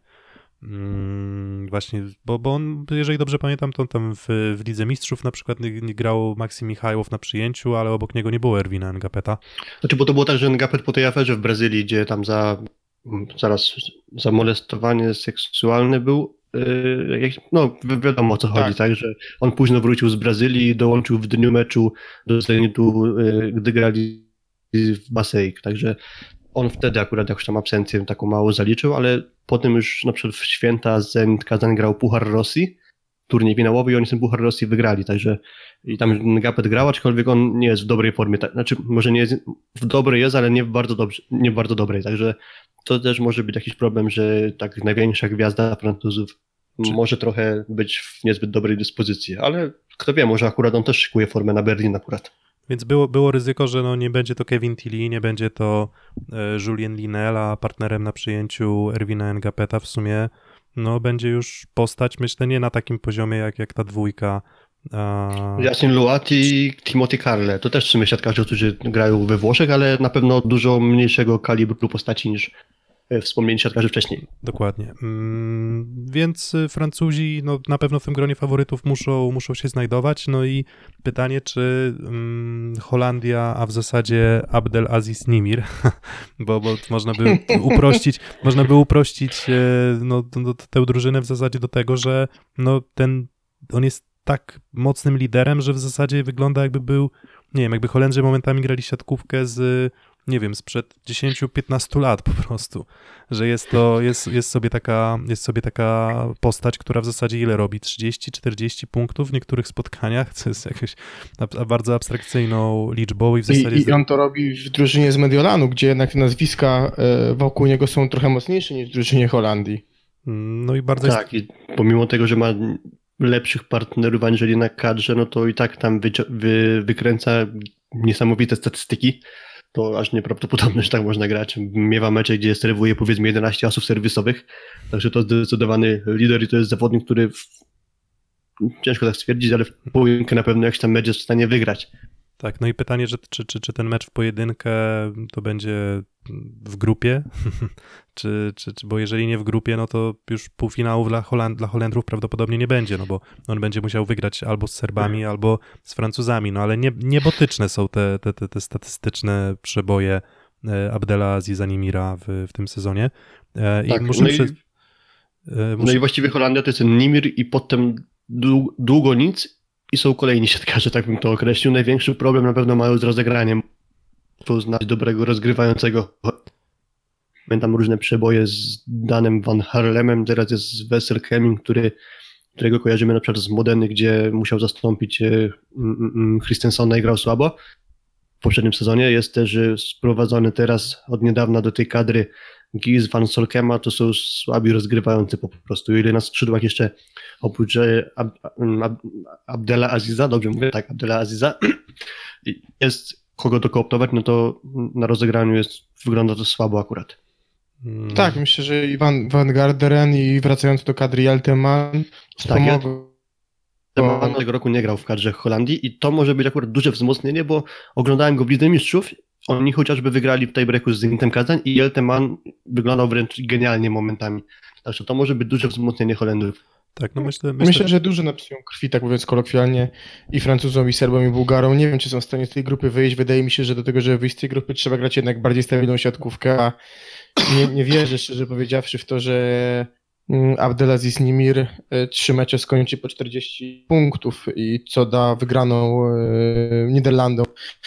Mm, właśnie, bo, bo on, jeżeli dobrze pamiętam, to on tam w, w Lidze Mistrzów na przykład nie, nie grał Maksim Michajłow na przyjęciu, ale obok niego nie było Erwina Ngapeta. Znaczy, bo to było tak, że Ngapet po tej aferze w Brazylii, gdzie tam za zaraz za molestowanie seksualne był, yy, jak- no wi- wiadomo o co chodzi, Tak. tak, że on późno wrócił z Brazylii i dołączył w dniu meczu do Zenitu, yy, gdy grali w Basejk, także on wtedy akurat jakąś tam absencję taką mało zaliczył, ale potem już na przykład w święta Zenit Kazan grał Puchar Rosji, turniej finałowy i oni ten Puchar Rosji wygrali, także i tam Ngapet grał, aczkolwiek on nie jest w dobrej formie, tak, znaczy może nie jest, w dobrej jest, ale nie w bardzo, dobrze, nie w bardzo dobrej, także to też może być jakiś problem, że tak największa gwiazda Francuzów Czy- może trochę być w niezbyt dobrej dyspozycji, ale kto wie, może akurat on też szykuje formę na Berlin akurat. Więc było, było ryzyko, że no nie będzie to Kevin Tilly, nie będzie to e, Julien Linel, a partnerem na przyjęciu Erwina Ngapeta w sumie no będzie już postać, myślę, nie na takim poziomie jak, jak ta dwójka. A, Yasin Luati i Timothy Carle, to też trzymaj siatkarze, którzy grają we Włoszech, ale na pewno dużo mniejszego kalibru postaci niż e, wspomnieni siatkarze wcześniej. Dokładnie. Mm, więc y, Francuzi no, na pewno w tym gronie faworytów muszą, muszą się znajdować. No i pytanie, czy mm, Holandia, a w zasadzie Abdelaziz Nimir, bo, bo można by uprościć, można by uprościć e, no, no, tę drużynę w zasadzie do tego, że no, ten, on jest tak mocnym liderem, że w zasadzie wygląda jakby był, nie wiem, jakby Holendrzy momentami grali siatkówkę z, nie wiem, sprzed dziesięć piętnaście lat po prostu, że jest to, jest, jest sobie taka, jest sobie taka postać, która w zasadzie ile robi? trzydzieści czterdzieści punktów w niektórych spotkaniach, co jest jakąś ab- bardzo abstrakcyjną liczbą i w zasadzie... I, I on to robi w drużynie z Mediolanu, gdzie jednak te nazwiska e, wokół niego są trochę mocniejsze niż w drużynie Holandii. No i bardzo jest, Tak, i pomimo tego, że ma lepszych partnerów aniżeli na kadrze, no to i tak tam wycio- wy- wykręca niesamowite statystyki. To aż nieprawdopodobne, że tak można grać. Miewa mecze, gdzie serwuje powiedzmy jedenaście asów serwisowych, także to zdecydowany lider i to jest zawodnik, który w... ciężko tak stwierdzić, ale w pojedynkę na pewno jakiś tam mecz jest w stanie wygrać. tak, no i pytanie, że, czy, czy, czy ten mecz w pojedynkę to będzie w grupie, czy, czy, czy, bo jeżeli nie w grupie, no to już półfinałów dla, Holand, dla Holendrów prawdopodobnie nie będzie, no bo on będzie musiał wygrać albo z Serbami, albo z Francuzami, no ale nie, niebotyczne są te, te, te, te statystyczne przeboje e, Abdela Aziza Nimira w, w tym sezonie. E, I Tak, muszę... no i- Przy... e, No muszę... i właściwie Holandia to jest Nimir i potem dłu- długo nic i są kolejni siatkarze, tak bym to określił. Największy problem na pewno mają z rozegraniem. Tu znaleźć dobrego rozgrywającego. Pamiętam różne przeboje z Danem Van Harlemem, teraz jest z Wessel Hemming, który, którego kojarzymy na przykład z Modeny, gdzie musiał zastąpić e, mm, mm, Christensona i grał słabo. W poprzednim sezonie jest też e, sprowadzony teraz od niedawna do tej kadry Gies van Solkema, to są słabi rozgrywający po prostu. Ile na skrzydłach jeszcze oprócz e, Ab, Ab, Abdela Aziza, dobrze mówię, tak, Abdela Aziza, jest kogo to kooptować, no to na rozegraniu jest, wygląda to słabo akurat. Mm, Tak, myślę, że i Van, Van Garderen i wracając do kadry Jalteman wspomogą. Teman tego roku nie grał w kadrze Holandii i to może być akurat duże wzmocnienie, bo oglądałem go w Lidze Mistrzów. oni chociażby wygrali w tiebreaku z Zenitem Kazań i Jelteman wyglądał wręcz genialnie momentami. Także to może być duże wzmocnienie Holendrów. Tak, no myślę, myślę, Myślę, że dużo napsują krwi, tak mówiąc kolokwialnie, i Francuzom, i Serbom, i Bułgarom. Nie wiem, czy są w stanie z tej grupy wyjść. Wydaje mi się, że do tego, żeby wyjść z tej grupy, trzeba grać jednak bardziej stabilną siatkówkę, a nie, nie wierzę, szczerze powiedziawszy, w to, że mm, Abdelaziz Nimir e, trzy mecze skończy po czterdzieści punktów i co da wygraną e, Niderlandom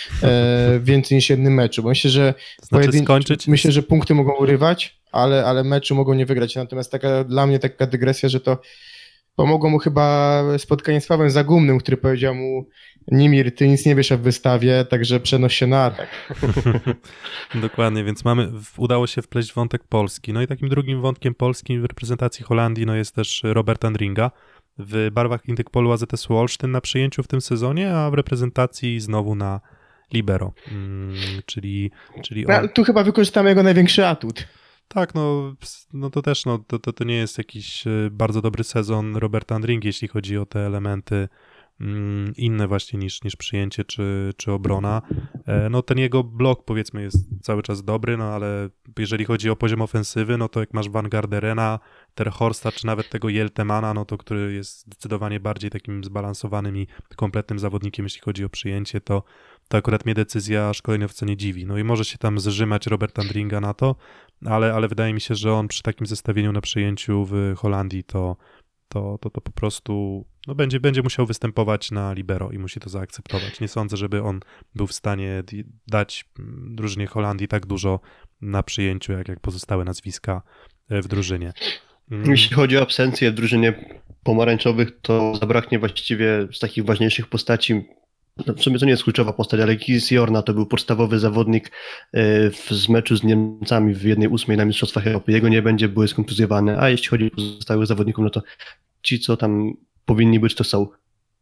e, więcej niż jednym meczu, bo myślę, że znaczy pojedyn- skończyć. myślę, że punkty mogą urywać, ale, ale meczu mogą nie wygrać. Natomiast taka dla mnie taka dygresja, że to pomogło mu chyba spotkanie z Pawłem Zagumnym, który powiedział mu: Nimir, ty nic nie wiesz o wystawie, także przenoś się na atak. Dokładnie, więc mamy, w- udało się wpleść wątek Polski. No i takim drugim wątkiem polskim w reprezentacji Holandii no jest też Robert Andringa w barwach Intykpolu A Z S-u Olsztyn na przyjęciu w tym sezonie, a w reprezentacji znowu na libero, mm, czyli, czyli No, on... tu chyba wykorzystamy jego największy atut. Tak, no, ps- no to też, no, to, to, to nie jest jakiś e, bardzo dobry sezon Roberta Andringi, jeśli chodzi o te elementy mm, inne właśnie niż, niż przyjęcie czy, czy obrona. E, no ten jego blok powiedzmy jest cały czas dobry, no ale jeżeli chodzi o poziom ofensywy, no to jak masz Van Garderena, Terhorsta czy nawet tego Jeltemana, no to który jest zdecydowanie bardziej takim zbalansowanym i kompletnym zawodnikiem, jeśli chodzi o przyjęcie, to to akurat mnie decyzja szkoleniowca nie dziwi. No i może się tam zrzymać Robert Andringa na to, ale, ale wydaje mi się, że on przy takim zestawieniu na przyjęciu w Holandii to, to, to, to po prostu no będzie, będzie musiał występować na libero i musi to zaakceptować. Nie sądzę, żeby on był w stanie di- dać mm, drużynie Holandii tak dużo na przyjęciu, jak, jak pozostałe nazwiska e, w drużynie. Mm, Jeśli chodzi o absencję w drużynie pomarańczowych, to zabraknie właściwie z takich ważniejszych postaci. No w sumie to nie jest kluczowa postać, ale Kis Jorna to był podstawowy zawodnik e, w, z meczu z Niemcami w jednej ósmej na Mistrzostwach Europy. Jego nie będzie, były skontuzjowane, a jeśli chodzi o pozostałych zawodników, no to ci, co tam powinni być, to są.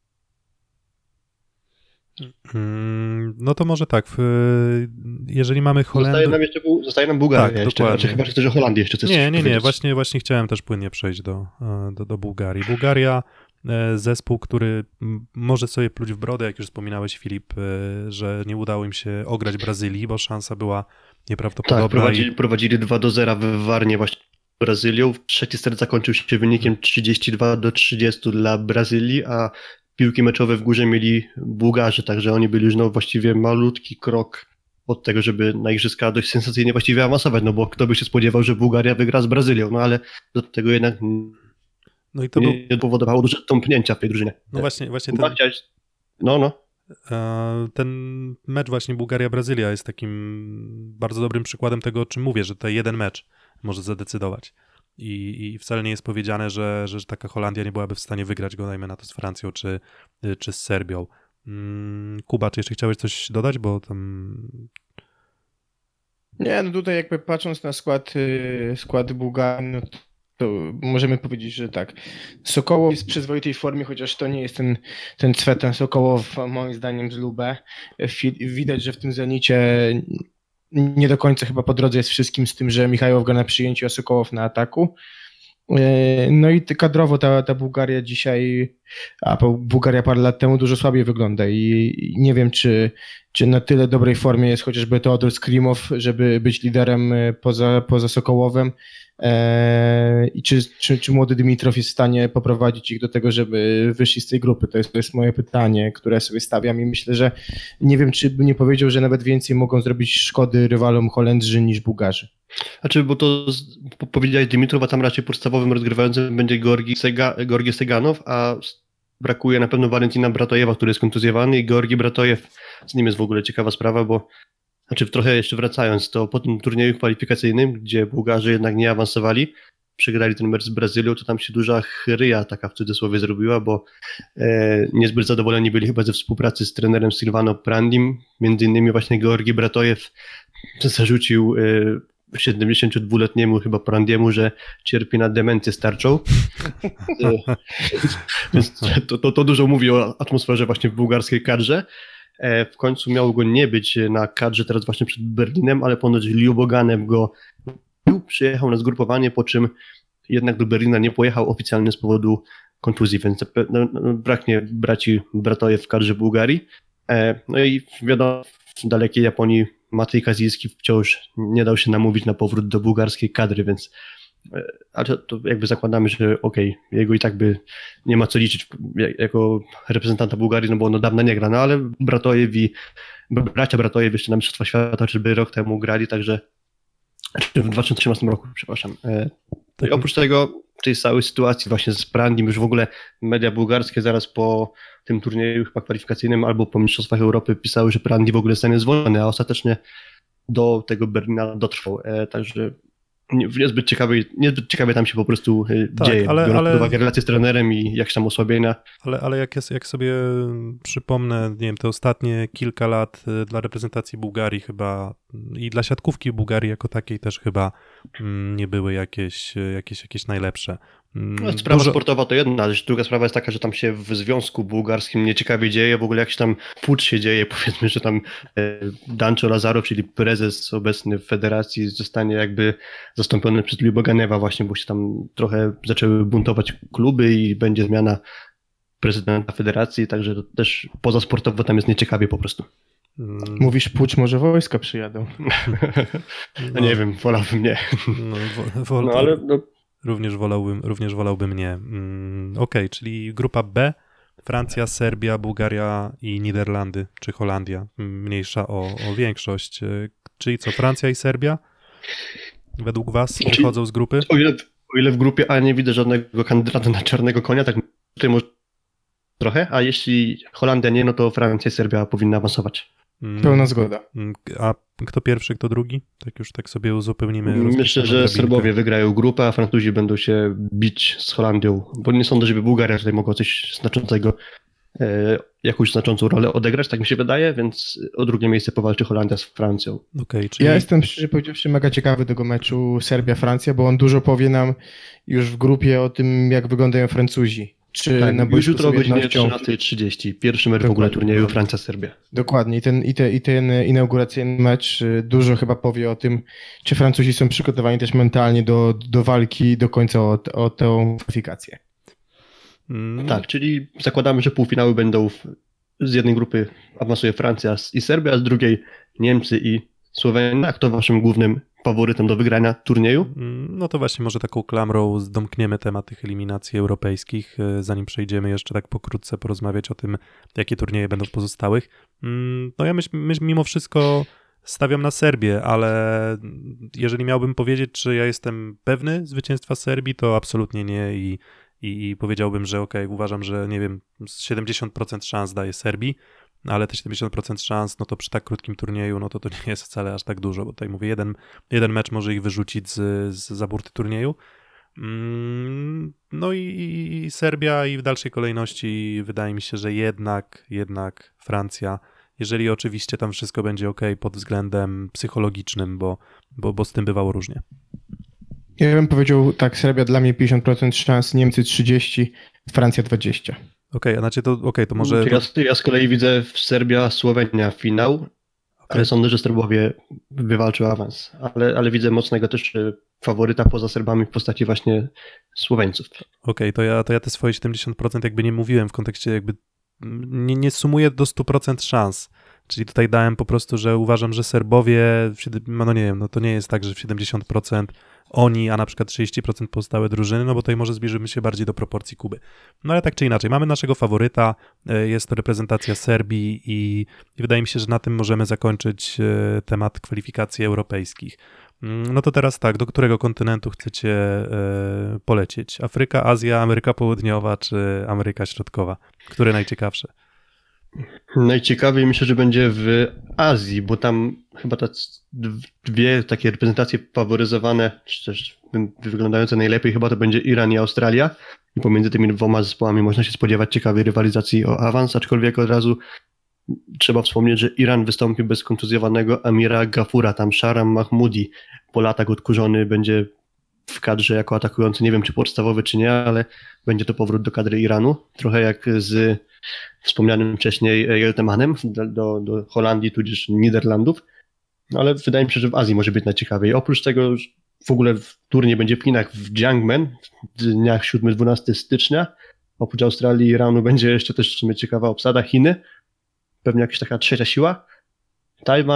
mm, No to może tak, w, jeżeli mamy Zostaje Holendę... nam jeszcze Bu- zostaje nam Bułgaria Tak, jeszcze, dokładnie. znaczy, chyba, że też o Holandii jeszcze coś Nie, nie, nie, powiedzieć. właśnie, właśnie chciałem też płynnie przejść do, e, do, do Bułgarii. Bułgaria, e, zespół, który m, może sobie pluć w brodę, jak już wspominałeś, Filip, e, że nie udało im się ograć Brazylii, bo szansa była nieprawdopodobna. Tak, prowadzili, i, prowadzili dwa do zera w Warnie właśnie z Brazylią. Trzeci set zakończył się wynikiem trzydzieści dwa do trzydziestu dla Brazylii, a piłki meczowe w górze mieli Bułgarzy, także oni byli już no właściwie malutki krok od tego, żeby na igrzyska dość sensacyjnie właściwie awansować, no bo kto by się spodziewał, że Bułgaria wygra z Brazylią, no ale do tego jednak no i to był, nie, nie powodowało duże tąpnięcia w tej drużynie. no właśnie, właśnie Chyba ten, chciałeś- No, no. e, ten mecz właśnie Bułgaria-Brazylia jest takim bardzo dobrym przykładem tego, o czym mówię, że to jeden mecz może zadecydować. I, I wcale nie jest powiedziane, że, że taka Holandia nie byłaby w stanie wygrać go, dajmy na to z Francją czy, czy z Serbią. Mm, Kuba, czy jeszcze chciałeś coś dodać, bo tam... Nie, no tutaj jakby patrząc na skład, y, skład Bułgarii, no to, to możemy powiedzieć, że tak. Sokołow jest w przyzwoitej formie, chociaż to nie jest ten, ten Cwetan Sokołow, moim zdaniem, z Lubę. Fi- Widać, że w tym Zenicie nie do końca chyba po drodze jest wszystkim, z tym, że Michałow gra na przyjęciu, a Sokołow na ataku. Y, No i ty- kadrowo ta, ta Bułgaria dzisiaj, a po- Bułgaria parę lat temu dużo słabiej wygląda i i nie wiem, czy, czy na tyle dobrej formie jest chociażby Teodor Skrimow, żeby być liderem y, poza, poza Sokołowem. Eee, I czy, czy, czy młody Dimitrow jest w stanie poprowadzić ich do tego, żeby wyszli z tej grupy? To jest, to jest moje pytanie, które sobie stawiam i myślę, że nie wiem, czy bym nie powiedział, że nawet więcej mogą zrobić szkody rywalom Holendrzy niż Bułgarzy. Znaczy, bo to z- po- powiedziałeś Dimitrowa, tam raczej podstawowym rozgrywającym będzie Georgi Sega, Georgi Seganow, a s- brakuje na pewno Walentina Bratojewa, który jest kontuzjowany i Georgi Bratojew, z nim jest w ogóle ciekawa sprawa, bo znaczy trochę jeszcze wracając, to po tym turnieju kwalifikacyjnym, gdzie Bułgarzy jednak nie awansowali, przegrali ten mecz z Brazylią, to tam się duża chryja taka w cudzysłowie zrobiła, bo e, niezbyt zadowoleni byli chyba ze współpracy z trenerem Silvano Prandim, między innymi właśnie Georgi Bratojew zarzucił e, siedemdziesięciodwuletniemu chyba Prandiemu, że cierpi na demencję starczą. E, Więc to, to, to dużo mówi o atmosferze właśnie w bułgarskiej kadrze. E, W końcu miało go nie być na kadrze teraz właśnie przed Berlinem, ale ponoć Liuboganew go przyjechał na zgrupowanie, po czym jednak do Berlina nie pojechał oficjalnie z powodu kontuzji, więc no, no, braknie braci Bratojew w kadrze Bułgarii. E, No i wiadomo, w dalekiej Japonii Matej Kazijski wciąż nie dał się namówić na powrót do bułgarskiej kadry, więc ale to, to jakby zakładamy, że okej, okay, jego i tak by nie ma co liczyć jako reprezentanta Bułgarii, no bo on od dawna nie gra, no ale Bratojew i bracia Bratojew jeszcze na Mistrzostwa Świata chociażby rok temu grali, także w dwa tysiące osiemnastym roku, przepraszam. No i oprócz tego tej całej sytuacji właśnie z Prandim, już w ogóle media bułgarskie zaraz po tym turnieju chyba kwalifikacyjnym albo po Mistrzostwach Europy pisały, że Prandi w ogóle zostanie zwolniony, a ostatecznie do tego Berlina dotrwał, także Nie- niezbyt ciekawie, niezbyt ciekawie tam się po prostu y, Tak, dzieje, ale- biorąc ale- pod uwagę relacje z trenerem i jakieś tam osłabienia. Ale, ale jak, jest, jak sobie przypomnę, nie wiem, te ostatnie kilka lat y, dla reprezentacji Bułgarii chyba i dla siatkówki Bułgarii jako takiej też chyba mm, nie były jakieś, y, jakieś, jakieś najlepsze. Mm, No, sprawa dużo- sportowa to jedna, ale druga sprawa jest taka, że tam się w Związku Bułgarskim nieciekawie dzieje, w ogóle jakiś tam pucz się dzieje, powiedzmy, że tam e, Dancho Lazarow, czyli prezes obecny w federacji, zostanie jakby zastąpiony przez Louis Boganewa właśnie, bo się tam trochę zaczęły buntować kluby i będzie zmiana prezydenta federacji, także to też pozasportowo tam jest nieciekawie po prostu. mm, Mówisz, pucz, może wojska przyjadą. No nie wiem, wolałbym nie. No, wo, wo, No ale no, Również wolałbym, również wolałbym nie. Mm, Okej, czyli grupa B, Francja, Serbia, Bułgaria i Niderlandy, czy Holandia, mm, mniejsza o, o większość. Y, Czyli co, Francja i Serbia według was Czyli- wychodzą z grupy? o ile, o ile w grupie A nie widzę żadnego kandydata na czarnego konia, tak tutaj może trochę, a jeśli Holandia nie, no to Francja i Serbia powinny awansować. Mm, Pełna zgoda. mm, A kto pierwszy, kto drugi? Tak już tak sobie uzupełnimy. Myślę, rozpiszemy że drabinkę. Serbowie wygrają grupę, a Francuzi będą się bić z Holandią, bo nie sądzę, żeby Bułgaria tutaj mogła coś znaczącego, e, jakąś znaczącą rolę odegrać, tak mi się wydaje, więc o drugie miejsce powalczy Holandia z Francją. Okej, czyli Ja jestem szczerze powiedziawszy mega ciekawy tego meczu Serbia-Francja, bo on dużo powie nam już w grupie o tym, jak wyglądają Francuzi. Czy Tak, na już boisku jutro o z godzinie jednością. trzynasta trzydzieści. Pierwszy mecz w ogóle Dokładnie. turnieju Francja-Serbia. Dokładnie. I ten, i, te, I ten inauguracyjny mecz y, dużo chyba powie o tym, czy Francuzi są przygotowani też mentalnie do, do walki do końca o, o tę kwalifikację. mm, Tak, czyli zakładamy, że półfinały będą w, z jednej grupy awansuje Francja i Serbia, a z drugiej Niemcy i Słowenia. A kto waszym głównym faworytem do wygrania turnieju? Mm, No to właśnie może taką klamrą zdomkniemy temat tych eliminacji europejskich, e, zanim przejdziemy jeszcze tak pokrótce porozmawiać o tym, jakie turnieje będą w pozostałych. Mm, No ja myśl, myśl, mimo wszystko stawiam na Serbię, ale jeżeli miałbym powiedzieć, czy ja jestem pewny zwycięstwa Serbii, to absolutnie nie i, i, i powiedziałbym, że okej, uważam, że nie wiem, z siedemdziesiąt procent szans daje Serbii, ale te siedemdziesiąt procent szans, no to przy tak krótkim turnieju, no to to nie jest wcale aż tak dużo, bo tutaj mówię, jeden, jeden mecz może ich wyrzucić z, z zaburty turnieju. Mm, No i, i Serbia i w dalszej kolejności wydaje mi się, że jednak, jednak Francja, jeżeli oczywiście tam wszystko będzie ok pod względem psychologicznym, bo, bo, bo z tym bywało różnie. Ja bym powiedział tak, Serbia dla mnie pięćdziesiąt procent szans, Niemcy trzydzieści, Francja dwadzieścia. Okej, a znaczy to, okej, to może... Ja, ja z kolei widzę w Serbia-Słowenia finał, ale sądzę, że Serbowie wywalczą awans. Ale, ale widzę mocnego też e, faworyta poza Serbami w postaci właśnie Słoweńców. Okej, to, ja, to ja te swoje siedemdziesiąt procent jakby nie mówiłem w kontekście jakby mm, nie, nie sumuję do stu procent szans. Czyli tutaj dałem po prostu, że uważam, że Serbowie, w siedem- no nie wiem, no to nie jest tak, że w siedemdziesiąt procent oni, a na przykład trzydzieści procent pozostałe drużyny, no bo tutaj może zbliżymy się bardziej do proporcji Kuby. No ale tak czy inaczej, mamy naszego faworyta, e, jest to reprezentacja Serbii i, i wydaje mi się, że na tym możemy zakończyć e, temat kwalifikacji europejskich. Mm, No to teraz tak, do którego kontynentu chcecie e, polecieć? Afryka, Azja, Ameryka Południowa czy Ameryka Środkowa? Które najciekawsze? Najciekawiej myślę, że będzie w Azji, bo tam chyba te dwie takie reprezentacje faworyzowane, czy też wyglądające najlepiej, chyba to będzie Iran i Australia. I pomiędzy tymi dwoma zespołami można się spodziewać ciekawej rywalizacji o awans, aczkolwiek od razu trzeba wspomnieć, że Iran wystąpi bez kontuzjowanego Amira Gafura, tam Sharam Mahmoudi po latach odkurzony będzie w kadrze jako atakujący, nie wiem czy podstawowy czy nie, ale będzie to powrót do kadry Iranu, trochę jak z wspomnianym wcześniej Jeltemanem do, do, do Holandii tudzież Niderlandów, no ale wydaje mi się, że w Azji może być najciekawiej. Oprócz tego w ogóle w turniej będzie w Chinach w Jiangmen w dniach siódmego do dwunastego stycznia, oprócz Australii i Iranu będzie jeszcze też w sumie ciekawa obsada Chiny, pewnie jakaś taka trzecia siła, Tajwan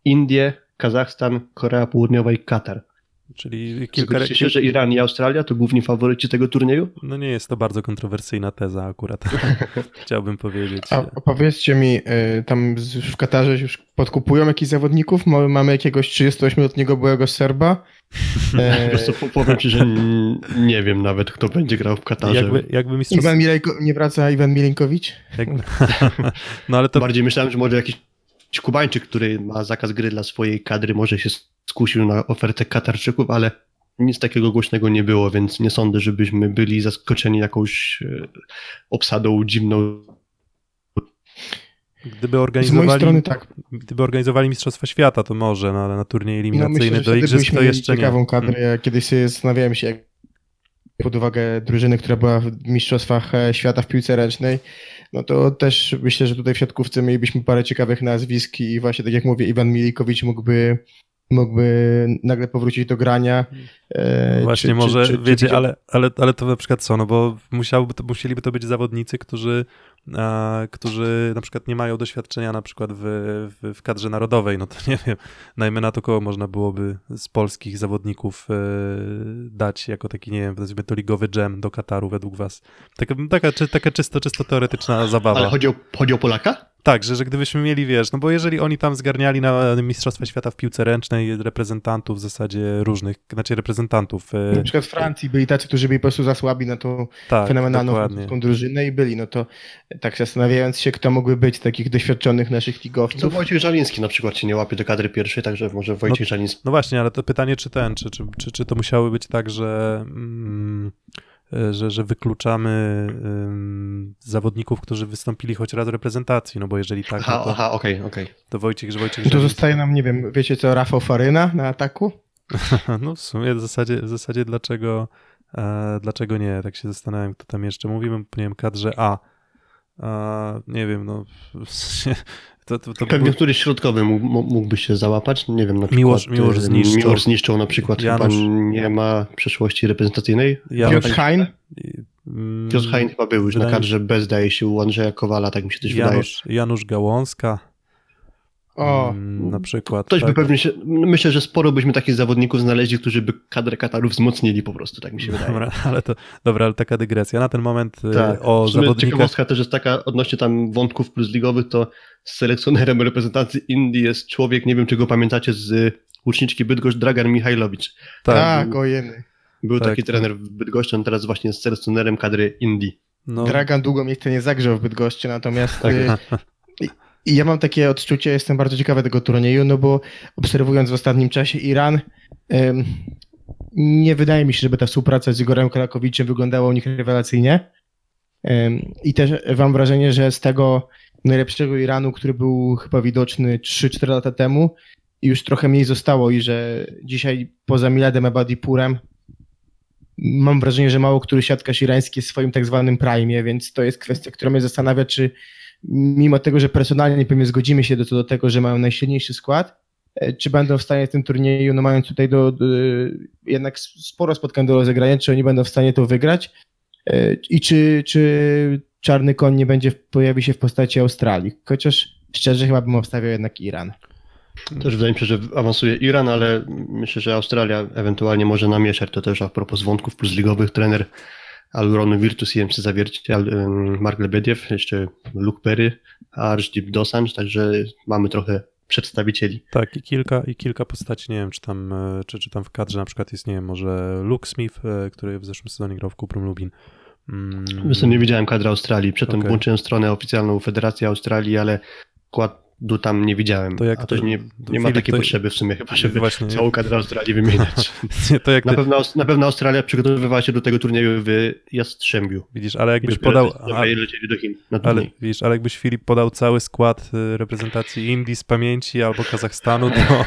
Indie, Kazachstan, Korea Południowa i Katar. Czyli kilka... Zgodzicie się, że Iran i Australia to główni faworyci tego turnieju? No nie jest to bardzo kontrowersyjna teza akurat, chciałbym powiedzieć. A powiedzcie mi, y, tam z- w Katarze już podkupują jakichś zawodników? Ma- Mamy jakiegoś trzydziestoośmioletniego byłego Serba? E, Wiesz co, po- powiem ci, że n- nie wiem nawet, kto będzie grał w Katarze. Jakby, jakby mistrzostwo... Iwan Milejko, nie wraca Iwan Milenkowicz? Jakby... no ale to... Bardziej myślałem, że może jakiś Kubańczyk, który ma zakaz gry dla swojej kadry, może się skusił na ofertę Katarczyków, ale nic takiego głośnego nie było, więc nie sądzę, żebyśmy byli zaskoczeni jakąś e, obsadą dziwną. Gdyby Z mojej organizowali, strony tak. gdyby organizowali Mistrzostwa Świata, to może, no ale na turniej No eliminacyjny myślę, że do wtedy Igrzysk byśmy to mieli jeszcze nie. ciekawą kadrę. Ja kiedyś sobie zastanawiałem się, jak pod uwagę drużyny, która była w Mistrzostwach e, Świata w piłce ręcznej, no to też myślę, że tutaj w siatkówce mielibyśmy parę ciekawych nazwisk i właśnie tak jak mówię, Iwan Milikowicz mógłby mógłby nagle powrócić do grania. E, Właśnie czy- może, czy- czy- wiecie, czy- ale, ale, ale to na przykład co, no bo musiałby to, musieliby to być zawodnicy, którzy, a, którzy na przykład nie mają doświadczenia na przykład w, w, w kadrze narodowej, no to nie wiem, najmniej na to kogo można byłoby z polskich zawodników e, dać jako taki, nie wiem, nazwijmy to ligowy dżem do Kataru według was. Taka, taka, czy, taka czysto, czysto teoretyczna zabawa. Ale chodzi o, chodzi o Polaka? Tak, że, że gdybyśmy mieli, wiesz, no bo jeżeli oni tam zgarniali na Mistrzostwa Świata w piłce ręcznej reprezentantów w zasadzie różnych, znaczy reprezentantów. e, Na przykład w Francji byli tacy, którzy byli po prostu za słabi na tą tak, fenomenalną dokładnie. francuską drużynę i byli, no to tak zastanawiając się, kto mógłby być z takich doświadczonych naszych To ligowców. Wojciech Żaliński na przykład się nie łapie do kadry pierwszej, także może Wojciech Żaliński. No właśnie, ale to pytanie, czy ten, czy, czy, czy, czy to musiało być tak, że, mm, e, że, że wykluczamy ym, zawodników, którzy wystąpili choć raz w reprezentacji, no bo jeżeli tak, Aha, no to, aha, okej, okej. to Wojciech, że Wojciech To Żeliński- zostaje nam, nie wiem, wiecie co, Rafał Faryna na ataku? No w sumie w zasadzie, w zasadzie dlaczego, e, dlaczego nie? Tak się zastanawiam, kto tam jeszcze. Mówimy, nie wiem, kadrze A. A nie wiem, no w sensie, to, to, to Pewnie był- któryś środkowy mógł, mógłby się załapać, nie wiem, na przykład Miłosz- Miłosz e, Zniszczał. Miłosz Zniszczał na przykład Janusz- chyba nie ma przeszłości reprezentacyjnej. Janusz- Piotr Hein? mm, Piotr Hein chyba był już wydaje na mi kadrze B, zdaje się, u Andrzeja Kowala, tak mi się też wydaje. Janusz, Janusz Gałązka. O, mm, na przykład. Ktoś by tak. pewnie się, myślę, że sporo byśmy takich zawodników znaleźli, którzy by kadrę Kataru wzmocnili po prostu, tak mi się wydaje. Dobra, ale to, dobra, ale taka dygresja. Na ten moment e, Tak. o W sumie zawodnikach... ciekawostka też jest taka odnośnie tam wątków plus ligowych, to z selekcjonerem reprezentacji Indii jest człowiek, nie wiem czy go pamiętacie z łuczniczki Bydgoszcz, Dragan Michajlowicz. Tak, tak, ojeny. Był Tak, taki tak. trener w Bydgoszczy, on teraz właśnie jest selekcjonerem kadry Indii. no, Dragan długo mnie to nie zagrzał w Bydgoszczy, natomiast Tak. y, i, i ja mam takie odczucie, jestem bardzo ciekawy tego turnieju, no bo obserwując w ostatnim czasie Iran, ym, nie wydaje mi się, żeby ta współpraca z Igorem Krakowiczem wyglądała u nich rewelacyjnie. Ym, I też mam wrażenie, że z tego najlepszego Iranu, który był chyba widoczny trzy cztery lata temu, już trochę mniej zostało i że dzisiaj poza Miladem Ebadipurem mam wrażenie, że mało który siatkarz irański jest w swoim tak zwanym prime, więc to jest kwestia, która mnie zastanawia, czy mimo tego, że personalnie pewnie zgodzimy się do, co do tego, że mają najsilniejszy skład, e, czy będą w stanie w tym turnieju, no mając tutaj do, do, jednak sporo spotkań do rozegrania, czy oni będą w stanie to wygrać e, i czy, czy czarny koń nie będzie pojawi się w postaci Australii, chociaż szczerze chyba bym obstawiał jednak Iran. Też wydaje mi się, że awansuje Iran, ale myślę, że Australia ewentualnie może namieszać. To też a propos wątków plus ligowych, trener Aluronu Virtus i M C Zawiercie, Mark Lebediew, jeszcze Luke Perry, Arshdeep Dosanjh, także mamy trochę przedstawicieli. tak, i kilka, i kilka postaci, nie wiem, czy tam, e, czy, czy tam w kadrze na przykład jest, nie wiem, może Luke Smith, e, który w zeszłym sezonie grał w Kuprum Lubin. Mm, Wiesz co, nie widziałem kadry Australii, przedtem Okej. włączyłem stronę oficjalną Federacji Australii, ale składu tam nie widziałem, To jak a też to- nie, to nie ma Filip, takiej to- potrzeby w sumie chyba, żeby Właśnie, całą kadrę Australii wymieniać. nie, to jak Na ty, pewno, na pewno Australia przygotowywała się do tego turnieju w Jastrzębiu. widzisz, ale I jakbyś dopiero podał, z Nowej lecieli do Chin na ale turniej. wiesz, ale jakbyś Filip podał cały skład y, reprezentacji Indii z pamięci albo Kazachstanu, to,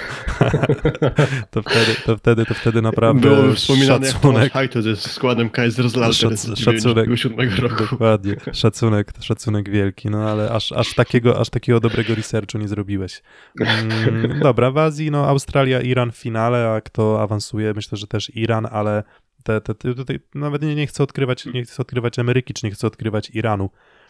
to, wtedy, to, wtedy, to wtedy naprawdę Było wspominane jak Tomasz szacunek, Hajto ze składem Kaiserslautern Szac- z szacunek. dziewięćdziesiątego siódmego roku. dokładnie, szacunek, szacunek wielki, no ale aż, aż, takiego, aż takiego dobrego researchu nie zrobiłeś. Mm, dobra, w Azji, no Australia, Iran w finale, a kto awansuje, myślę, że też Iran, ale te, te, te, tutaj nawet nie, nie chcę odkrywać, nie chcę odkrywać Ameryki, czy nie chcę odkrywać Iranu.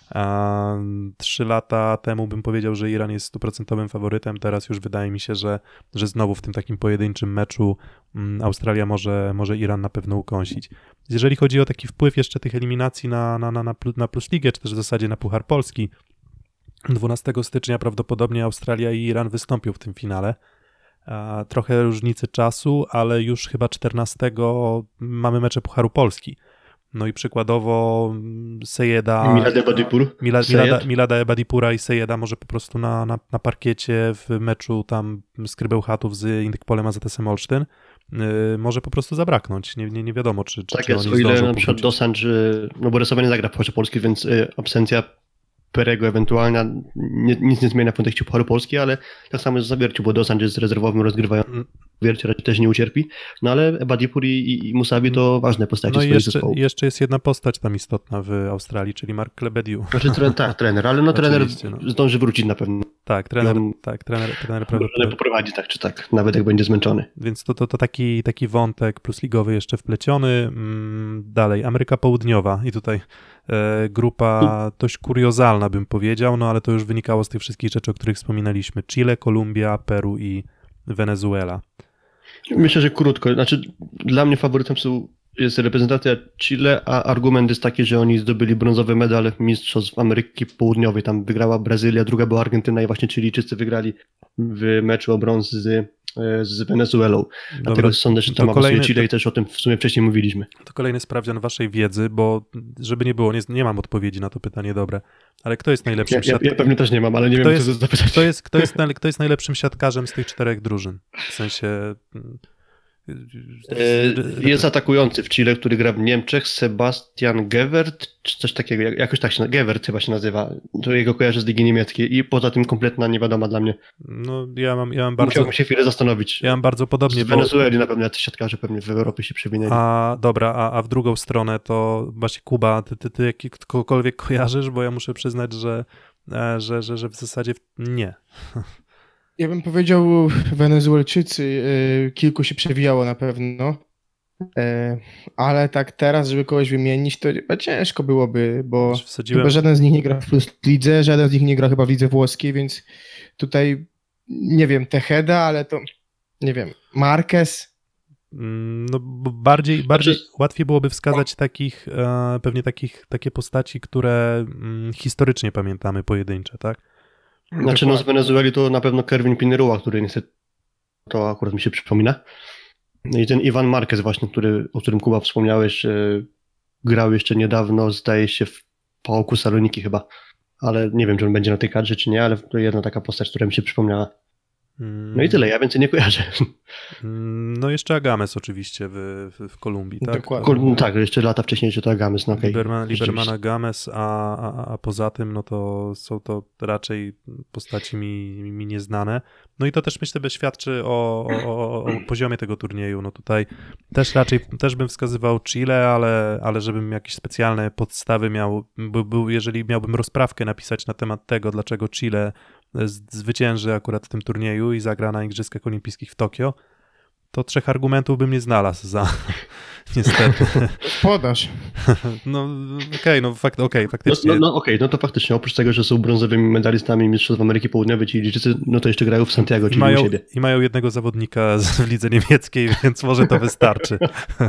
A trzy lata temu bym powiedział, że Iran jest stuprocentowym faworytem, teraz już wydaje mi się, że, że znowu w tym takim pojedynczym meczu Australia może, może Iran na pewno ukąsić. Jeżeli chodzi o taki wpływ jeszcze tych eliminacji na, na, na, na, na Plus Ligę, czy też w zasadzie na Puchar Polski, dwunastego stycznia prawdopodobnie Australia i Iran wystąpią w tym finale. Trochę różnicy czasu, ale już chyba czternastego mamy mecze Pucharu Polski. No i przykładowo Sejeda, Milad Ebadipur. Milad, Milada, Milada Ebadipura i Sejeda może po prostu na, na, na parkiecie w meczu tam Skrybełchatów z Indykpolem A Z S-em Olsztyn yy, może po prostu zabraknąć. Nie, nie, nie wiadomo, czy, czy, Tak czy jest, oni o ile zdążą na przykład powrócić. Dosanjh, no bo Rysowa nie zagra w Pucharze Polski, więc y, absencja Perego ewentualna nie, nic nie zmienia w kontekście Pucharu Polski, ale tak samo jest w Zawierciu, bo Dosanjh jest rezerwowym rozgrywającym. Wiercie raczej też nie ucierpi, no ale Ebadipur i, i, i Musabi to ważne postacie No i swoich jeszcze, zespołów. jeszcze jest jedna postać tam istotna w Australii, czyli Mark Klebediu. Znaczy, tre, tak, trener, ale no trener Oczywiście, no. zdąży wrócić na pewno. Tak, trener, on- tak, trener, trener Trener prawdopodobnie. poprowadzi tak czy tak, nawet jak będzie zmęczony. Więc to, to, to taki, taki wątek plusligowy jeszcze wpleciony. Mm, Dalej, Ameryka Południowa i tutaj e, grupa dość kuriozalna bym powiedział, no ale to już wynikało z tych wszystkich rzeczy, o których wspominaliśmy. Chile, Kolumbia, Peru i Wenezuela. Myślę, że krótko. Znaczy, dla mnie faworytem są, jest reprezentacja Chile, a argument jest taki, że oni zdobyli brązowy medal Mistrzostw Ameryki Południowej. Tam wygrała Brazylia, druga była Argentyna i właśnie Chilijczycy wygrali w meczu o brąz z, z Wenezuelą. Dlatego sądzę, że tam to awansuje kolejny- Chile i też o tym w sumie wcześniej mówiliśmy. To kolejny sprawdzian waszej wiedzy, bo żeby nie było, nie, nie mam odpowiedzi na to pytanie dobre, ale kto jest najlepszym Ja, ja, siatkarzem? ja pewnie też nie mam, ale nie Kto wiem, jest- co zapytać. Kto jest, kto, jest, naj- kto jest najlepszym siatkarzem z tych czterech drużyn? W sensie... mm, E, Jest atakujący w Chile, który gra w Niemczech, Sebastian Gewert, czy coś takiego, jak- jakoś tak się, Gewert chyba się nazywa, to jego kojarzę z ligi niemieckiej i poza tym kompletna niewiadoma dla mnie. No ja mam, ja mam bardzo... Musiałbym się chwilę zastanowić. Ja mam bardzo podobnie, Z bo... Wenezueli na pewno jacyś siatkarze pewnie w Europie się przewinęli. A dobra, a, a w drugą stronę to właśnie Kuba, ty, ty, ty jak kogokolwiek kojarzysz, bo ja muszę przyznać, że, e, że, że, że w zasadzie nie. Ja bym powiedział Wenezuelczycy, y, kilku się przewijało na pewno, e, ale tak teraz, żeby kogoś wymienić, to chyba ciężko byłoby, bo Już wsadziłem, chyba żaden z nich nie gra w Plus Lidze, żaden z nich nie gra chyba w lidze włoskiej, więc tutaj nie wiem, Tejeda, ale to nie wiem, Marquez. mm, no bo bardziej, bardziej Znaczy- łatwiej byłoby wskazać takich, e, pewnie takich, takie postaci, które mm, historycznie pamiętamy, pojedyncze, tak? Znaczy no z Wenezueli to na pewno Kerwin Pinirua, który niestety to akurat mi się przypomina. No i ten Iwan Marquez właśnie, który, o którym Kuba wspomniałeś, e, grał jeszcze niedawno, zdaje się w Paoku Saloniki chyba. Ale nie wiem, czy on będzie na tej kadrze, czy nie, ale to jedna taka postać, która mi się przypomniała. No i tyle, ja więcej nie kojarzę. Mm, No jeszcze Agames oczywiście w, w, w Kolumbii, tak? Dokładnie. Kur- tak, jeszcze lata wcześniejsze to Agames, no okej. Liberman, Rzeczywiście. Libermana Games, a, a, a poza tym no to są to raczej postaci mi, mi nieznane. No i to też myślę, że świadczy o, o, o, o poziomie tego turnieju. No tutaj też raczej, też bym wskazywał Chile, ale, ale żebym jakieś specjalne podstawy miał, był, był, jeżeli miałbym rozprawkę napisać na temat tego, dlaczego Chile z- zwycięży akurat w tym turnieju i zagra na Igrzyskach Olimpijskich w Tokio, to trzech argumentów bym nie znalazł za, niestety. Podasz. No okej, no fakt, okej, No, faktycznie. no, no okej, no to faktycznie, oprócz tego, że są brązowymi medalistami Mistrzostw Ameryki Południowej, ci Chilijczycy, no to jeszcze grają w Santiago, I czyli u mają, siebie. I mają jednego zawodnika z, w lidze niemieckiej, więc może to wystarczy.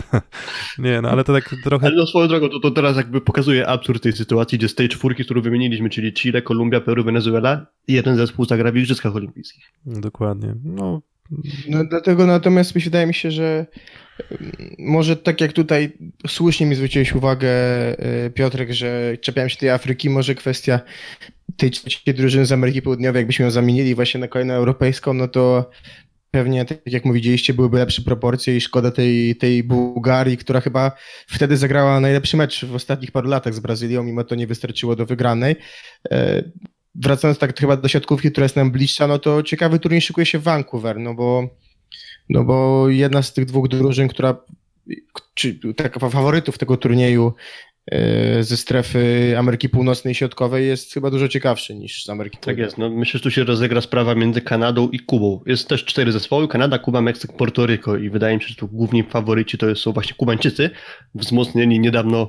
Nie, no ale to tak trochę... Ale no swoją drogą, to, to teraz jakby pokazuje absurd tej sytuacji, gdzie z tej czwórki, którą wymieniliśmy, czyli Chile, Kolumbia, Peru, Wenezuela, jeden zespół zagra w Igrzyskach Olimpijskich. Dokładnie. No, No dlatego natomiast mi się- wydaje mi się, że ym, może tak jak tutaj słusznie mi zwróciłeś uwagę, y, Piotrek, że czepiałem się tej Afryki, może kwestia tej trzeciej drużyny z Ameryki Południowej, jakbyśmy ją zamienili właśnie na kolejną europejską, no to pewnie, tak jak mówiliście, byłyby lepsze proporcje i szkoda tej, tej Bułgarii, która chyba wtedy zagrała najlepszy mecz w ostatnich paru latach z Brazylią, mimo to nie wystarczyło do wygranej. E, Wracając tak chyba do siatkówki, która jest nam bliższa, no to ciekawy turniej szykuje się w Vancouver, no bo, no bo jedna z tych dwóch drużyn, która, czy taka faworytów tego turnieju e, ze strefy Ameryki Północnej i Środkowej jest chyba dużo ciekawszy niż z Ameryki Tak Południowej. jest, no myślę, że tu się rozegra sprawa między Kanadą i Kubą. Jest też cztery zespoły, Kanada, Kuba, Meksyk, Porto Rico i wydaje mi się, że tu główni faworyci to są właśnie Kubańczycy, wzmocnieni niedawno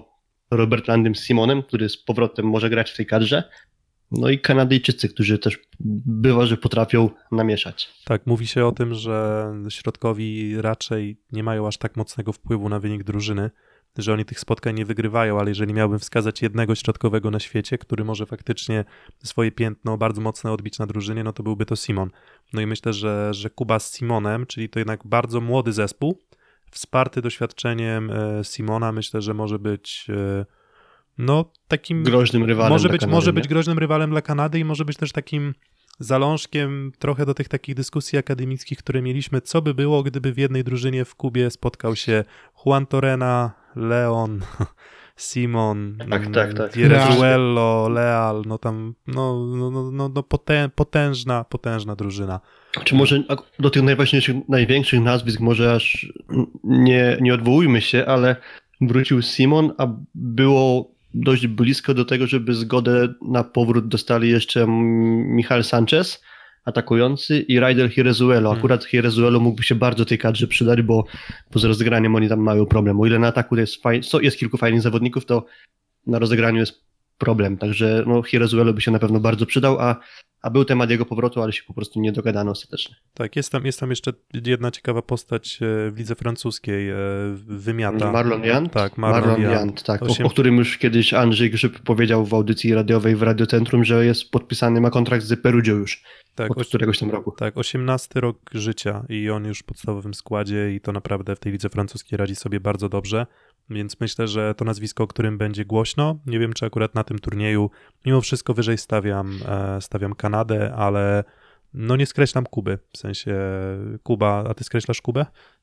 Robert Landym Simonem, który z powrotem może grać w tej kadrze. No i Kanadyjczycy, którzy też bywa, że potrafią namieszać. Tak, mówi się o tym, że środkowi raczej nie mają aż tak mocnego wpływu na wynik drużyny, że oni tych spotkań nie wygrywają, ale jeżeli miałbym wskazać jednego środkowego na świecie, który może faktycznie swoje piętno bardzo mocno odbić na drużynie, no to byłby to Simon. No i myślę, że, że Kuba z Simonem, czyli to jednak bardzo młody zespół, wsparty doświadczeniem e, Simona, myślę, że może być e, no takim... Groźnym rywalem Może dla być, Kanady, może nie? być groźnym rywalem dla Kanady i może być też takim zalążkiem trochę do tych takich dyskusji akademickich, które mieliśmy, co by było, gdyby w jednej drużynie w Kubie spotkał się Juan Torrena, Leon, Simon, Tak, mm, tak, tak. Vierezuelo, Leal, no tam, no, no, no, no, no potę, potężna, potężna drużyna. Czy może do tych najważniejszych, największych nazwisk może aż nie, nie odwołujmy się, ale wrócił Simon, a było dość blisko do tego, żeby zgodę na powrót dostali jeszcze Michal Sanchez, atakujący, i Ryder Hierezuelo. Akurat Hierezuelo mógłby się bardzo tej kadrze przydać, bo poza rozegraniem oni tam mają problem. O ile na ataku jest, faj... jest kilku fajnych zawodników, to na rozegraniu jest problem. Także no, Hierezuelo by się na pewno bardzo przydał, a, a był temat jego powrotu, ale się po prostu nie dogadano ostatecznie. Tak, jest tam, jest tam jeszcze jedna ciekawa postać w lidze francuskiej, wymiata. Marlon Yant? Tak, Marlon, Marlon Yant. Yant, tak. Osiem- O, o którym już kiedyś Andrzej Grzyb powiedział w audycji radiowej w Radiocentrum, że jest podpisany, ma kontrakt z Perugią już Tak, od oś- któregoś tam roku. Tak, osiemnasty rok życia i on już w podstawowym składzie i to naprawdę w tej lidze francuskiej radzi sobie bardzo dobrze, więc myślę, że to nazwisko, o którym będzie głośno. Nie wiem, czy akurat na tym turnieju mimo wszystko wyżej stawiam, e, stawiam Kanadę, ale no nie skreślam Kuby, w sensie Kuba, a ty skreślasz Kubę?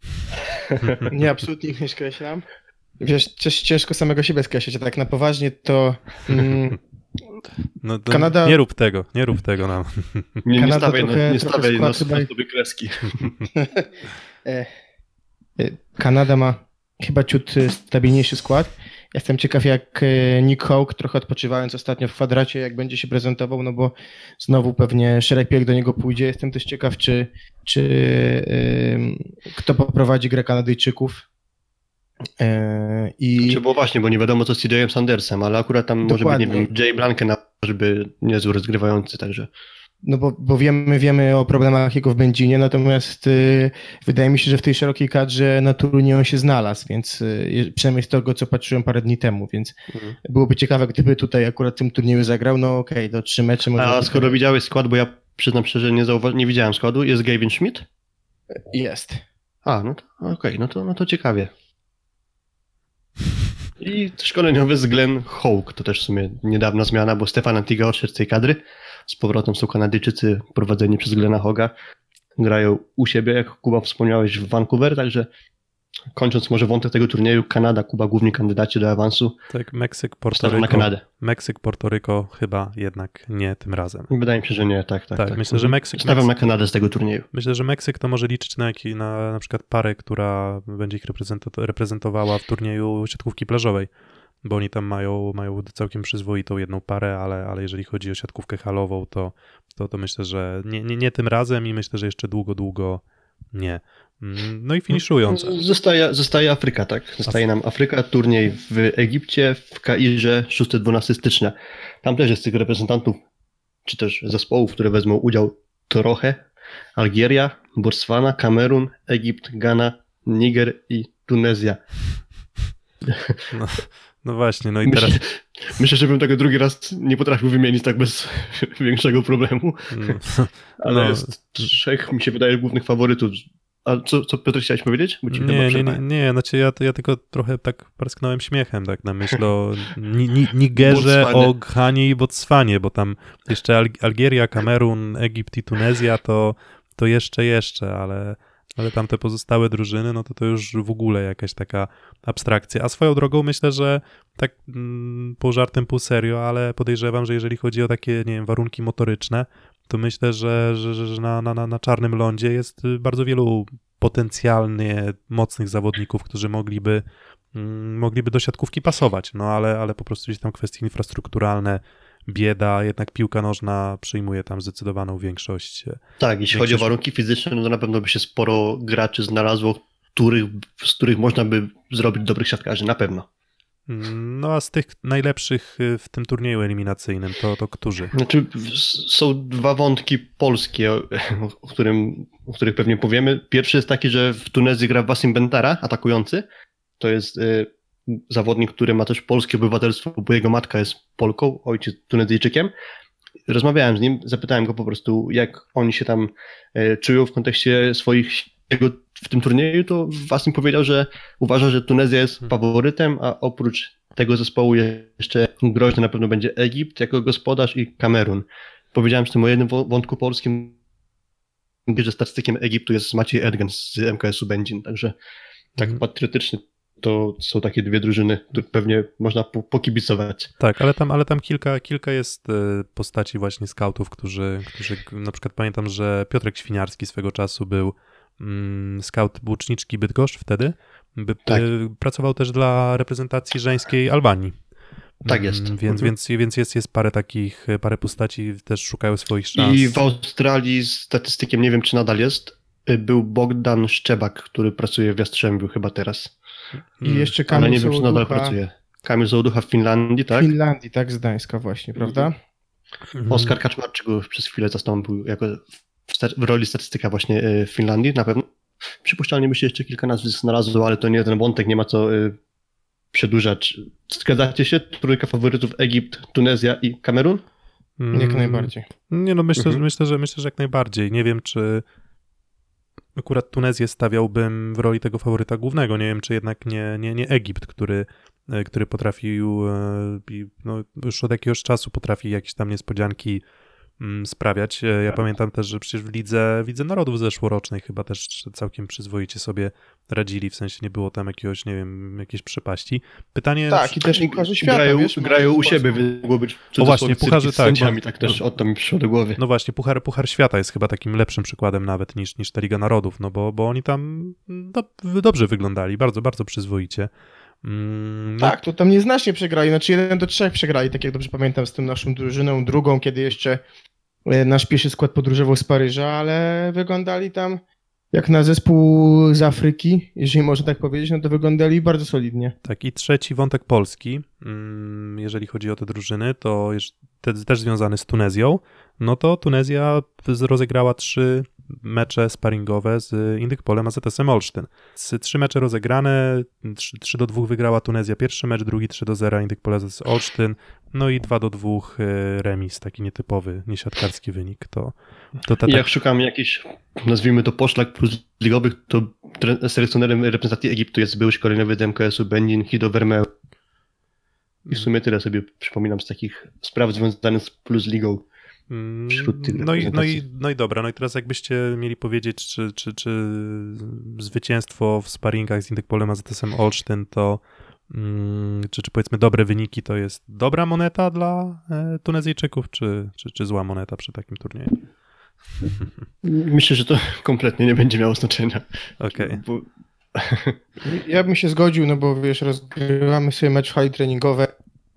Nie, absolutnie ich nie skreślam. Wiesz, też ciężko samego siebie skreślić, a tak na poważnie to mm, No, no, Kanada- Nie rób tego, nie rób tego nam. Nie, nie Kanada stawiaj, na, trochę- nie trochę stawiaj na skład chyba- sobie kreski. e, e, Kanada ma chyba ciut e, stabilniejszy skład. Jestem ciekaw, jak e, Nick Hawk, trochę odpoczywając ostatnio w kwadracie, jak będzie się prezentował, no bo znowu pewnie szereg piłek do niego pójdzie. Jestem też ciekaw, czy, czy e, kto poprowadzi grę Kanadyjczyków. E, I Czy było właśnie, bo nie wiadomo co z C J Sandersem, ale akurat tam może Dokładnie. być, nie wiem, Jay Blanken, żeby niezły rozgrywający, także No bo, bo wiemy, wiemy o problemach jego w Będzinie, natomiast y, wydaje mi się, że w tej szerokiej kadrze na turnieju on się znalazz, więc y, przynajmniej z tego, co patrzyłem parę dni temu, więc Mhm. byłoby ciekawe, gdyby tutaj akurat w tym turnieju zagrał, no okej, do trzy mecze może... A skoro widziałeś skład, bo ja przyznam szczerze, nie, zauwa- nie widziałem składu, jest Gavin Schmidt? Jest. A, no to okej, no, to, no to ciekawie. I szkoleniowy z Glenn Hawk, to też w sumie niedawna zmiana, bo Stefan Antiga odszedł z tej kadry. Z powrotem są Kanadyjczycy prowadzeni przez Glena Hoga. Grają u siebie, jak Kuba wspomniałeś, w Vancouver, także kończąc może wątek tego turnieju, Kanada, Kuba główni kandydaci do awansu. Tak, Meksyk, Stawiam na Portoryko. Kanadę. Meksyk, Portoryko chyba jednak nie tym razem. Wydaje mi się, że nie, tak, tak. Tak, tak. myślę, że Meksyk- Stawiam Meksyk- na Kanadę z tego turnieju. Myślę, że Meksyk to może liczyć na, jaki, na na przykład parę, która będzie ich reprezento- reprezentowała w turnieju siatkówki plażowej, bo oni tam mają, mają całkiem przyzwoitą jedną parę, ale, ale jeżeli chodzi o siatkówkę halową, to, to, to myślę, że nie, nie, nie tym razem i myślę, że jeszcze długo, długo nie. Mm, No i finiszując. Zostaje, zostaje Afryka, tak? Zostaje nam Afryka, turniej w Egipcie, w Kairze, szóstego do dwunastego stycznia. Tam też jest tych reprezentantów, czy też zespołów, które wezmą udział trochę. Algieria, Botswana, Kamerun, Egipt, Ghana, Niger i Tunezja. No, no właśnie, no i teraz... Myślę, myślę, że bym tego drugi raz nie potrafił wymienić tak bez większego problemu, mm, ale No. jest trzech, mi się wydaje, głównych faworytów. A co, co Piotr chciałeś powiedzieć? Bo ci chyba Nie, nie, nie, przerwałem. nie, znaczy ja, ja tylko trochę tak parsknąłem śmiechem, tak na myśl o Ni- Ni- Nigerze, Botswanie. o Ghanie i Botswanie, bo tam jeszcze Al- Algieria, Kamerun, Egipt i Tunezja to, to jeszcze, jeszcze, ale, ale tam te pozostałe drużyny, no to to już w ogóle jakaś taka abstrakcja. A swoją drogą myślę, że tak mm, pół żartem, pół serio, ale podejrzewam, że jeżeli chodzi o takie, nie wiem, warunki motoryczne, to myślę, że, że, że że na, na, na czarnym lądzie jest bardzo wielu potencjalnie mocnych zawodników, którzy mogliby, mm, mogliby do siatkówki pasować, no ale, ale po prostu gdzieś tam kwestie infrastrukturalne, bieda, jednak piłka nożna przyjmuje tam zdecydowaną większość. Tak, jeśli chodzi o Większość- warunki fizyczne, no to na pewno by się sporo graczy znalazło, których, z których można by zrobić dobrych siatkarzy, na pewno. No a z tych najlepszych y, w tym turnieju eliminacyjnym, to, to którzy? Znaczy, w- są dwa wątki polskie, o, o, którym, o których pewnie powiemy. Pierwszy jest taki, że w Tunezji gra Wassim Bentara, atakujący. To jest y, zawodnik, który ma też polskie obywatelstwo, bo jego matka jest Polką, ojciec Tunezyjczykiem. Rozmawiałem z nim, zapytałem go po prostu, jak oni się tam y, czują w kontekście swoich jego w tym turnieju, to Wassim powiedział, że uważa, że Tunezja jest faworytem, a oprócz tego zespołu jeszcze groźny na pewno będzie Egipt jako gospodarz i Kamerun. Powiedziałem z tym o jednym wo- wątku polskim, że statystykiem Egiptu jest Maciej Edgen z M K S-u Będzin, także tak Mhm. patriotycznie to są takie dwie drużyny, które pewnie można po- pokibicować. Tak, ale tam, ale tam kilka, kilka jest y, postaci właśnie skautów, którzy, którzy, na przykład pamiętam, że Piotrek Świniarski swego czasu był mm, skaut Łuczniczki Bydgoszcz wtedy, by, Tak. y, pracował też dla reprezentacji żeńskiej Albanii. Tak jest. Mm, Więc, Mhm. więc, więc jest, jest parę takich, parę postaci też szukają swoich szans. I w Australii statystykiem, nie wiem czy nadal jest, y, był Bogdan Szczebak, który pracuje w Jastrzębiu chyba teraz. I Mm. jeszcze Ale Kamil nie wiem czy nadal Sołoducha pracuje. Kamil Zołducha w Finlandii, w tak? Finlandii, tak, z Gdańska właśnie, prawda? Mhm. Oskar Kaczmarczyk go przez chwilę zastąpił jako w, sta- w roli statystyka właśnie y, w Finlandii, na pewno. Przypuszczalnie by się jeszcze kilka nazwisk znalazło, ale to nie ten wątek, nie ma co y, przedłużać. Zgadzacie się? Trójka faworytów Egipt, Tunezja i Kamerun? Mm, Jak najbardziej. Nie no, myślę, Mhm. że, myślę, że myślę, że jak najbardziej. Nie wiem, czy akurat Tunezję stawiałbym w roli tego faworyta głównego. Nie wiem, czy jednak nie, nie, nie Egipt, który, e, który potrafił e, i, no, już od jakiegoś czasu potrafi jakieś tam niespodzianki mm, sprawiać. E, Ja pamiętam też, że przecież w Lidze, w Lidze Narodów zeszłorocznej chyba też całkiem przyzwoicie sobie radzili, w sensie nie było tam jakiegoś, nie wiem, jakiejś przepaści. Pytanie... Tak, i też Pucharze Świata, grają, wiesz, grają u masz siebie, polską. więc mogło być O właśnie, cudzysłowie pucharze, cyrki z tak, sędziami, no. tak też o to mi przyszło do głowy. No właśnie, Puchar, Puchar Świata jest chyba takim lepszym przykładem nawet niż, niż ta Liga Narodów, no bo, bo oni tam do, dobrze wyglądali, bardzo, bardzo przyzwoicie. Mm, no, Tak, to tam nieznacznie przegrali, znaczy jeden do trzech przegrali, tak jak dobrze pamiętam, z tą naszą drużyną, drugą, kiedy jeszcze e, nasz pierwszy skład podróżował z Paryża, ale wyglądali tam jak na zespół z Afryki, jeżeli można tak powiedzieć, no to wyglądali bardzo solidnie. tak, i trzeci wątek polski, mm, jeżeli chodzi o te drużyny, to jest te, też związany z Tunezją, no to Tunezja z- rozegrała trzy mecze sparingowe z Indykpolem A Z S-em Olsztyn. Z trzy mecze rozegrane, trzy do dwóch wygrała Tunezja pierwszy mecz, drugi trzy do zera Indykpol A Z S Olsztyn, no i dwa do dwóch e, remis, taki nietypowy, niesiatkarski wynik. To, to ta, I tak, jak szukamy jakichś, nazwijmy to poszlak plus ligowych, to tre- selekcjonerem reprezentacji Egiptu jest były szkoleniowy z M K S-u Benin, Hido Vermeu. I w sumie tyle sobie przypominam z takich spraw związanych z plus ligą. Mm, wśród tych No i, no, i, reprezentacji. no i dobra, no i teraz jakbyście mieli powiedzieć, czy, czy, czy zwycięstwo w sparingach z Indykpolem A Z S-em Olsztyn to mm, czy, czy powiedzmy dobre wyniki to jest dobra moneta dla e, Tunezyjczyków, czy, czy, czy zła moneta przy takim turnieju? Myślę, że to kompletnie nie będzie miało znaczenia. Okej. Bo Ja bym się zgodził, no bo wiesz, rozgrywamy sobie mecz w hali treningowe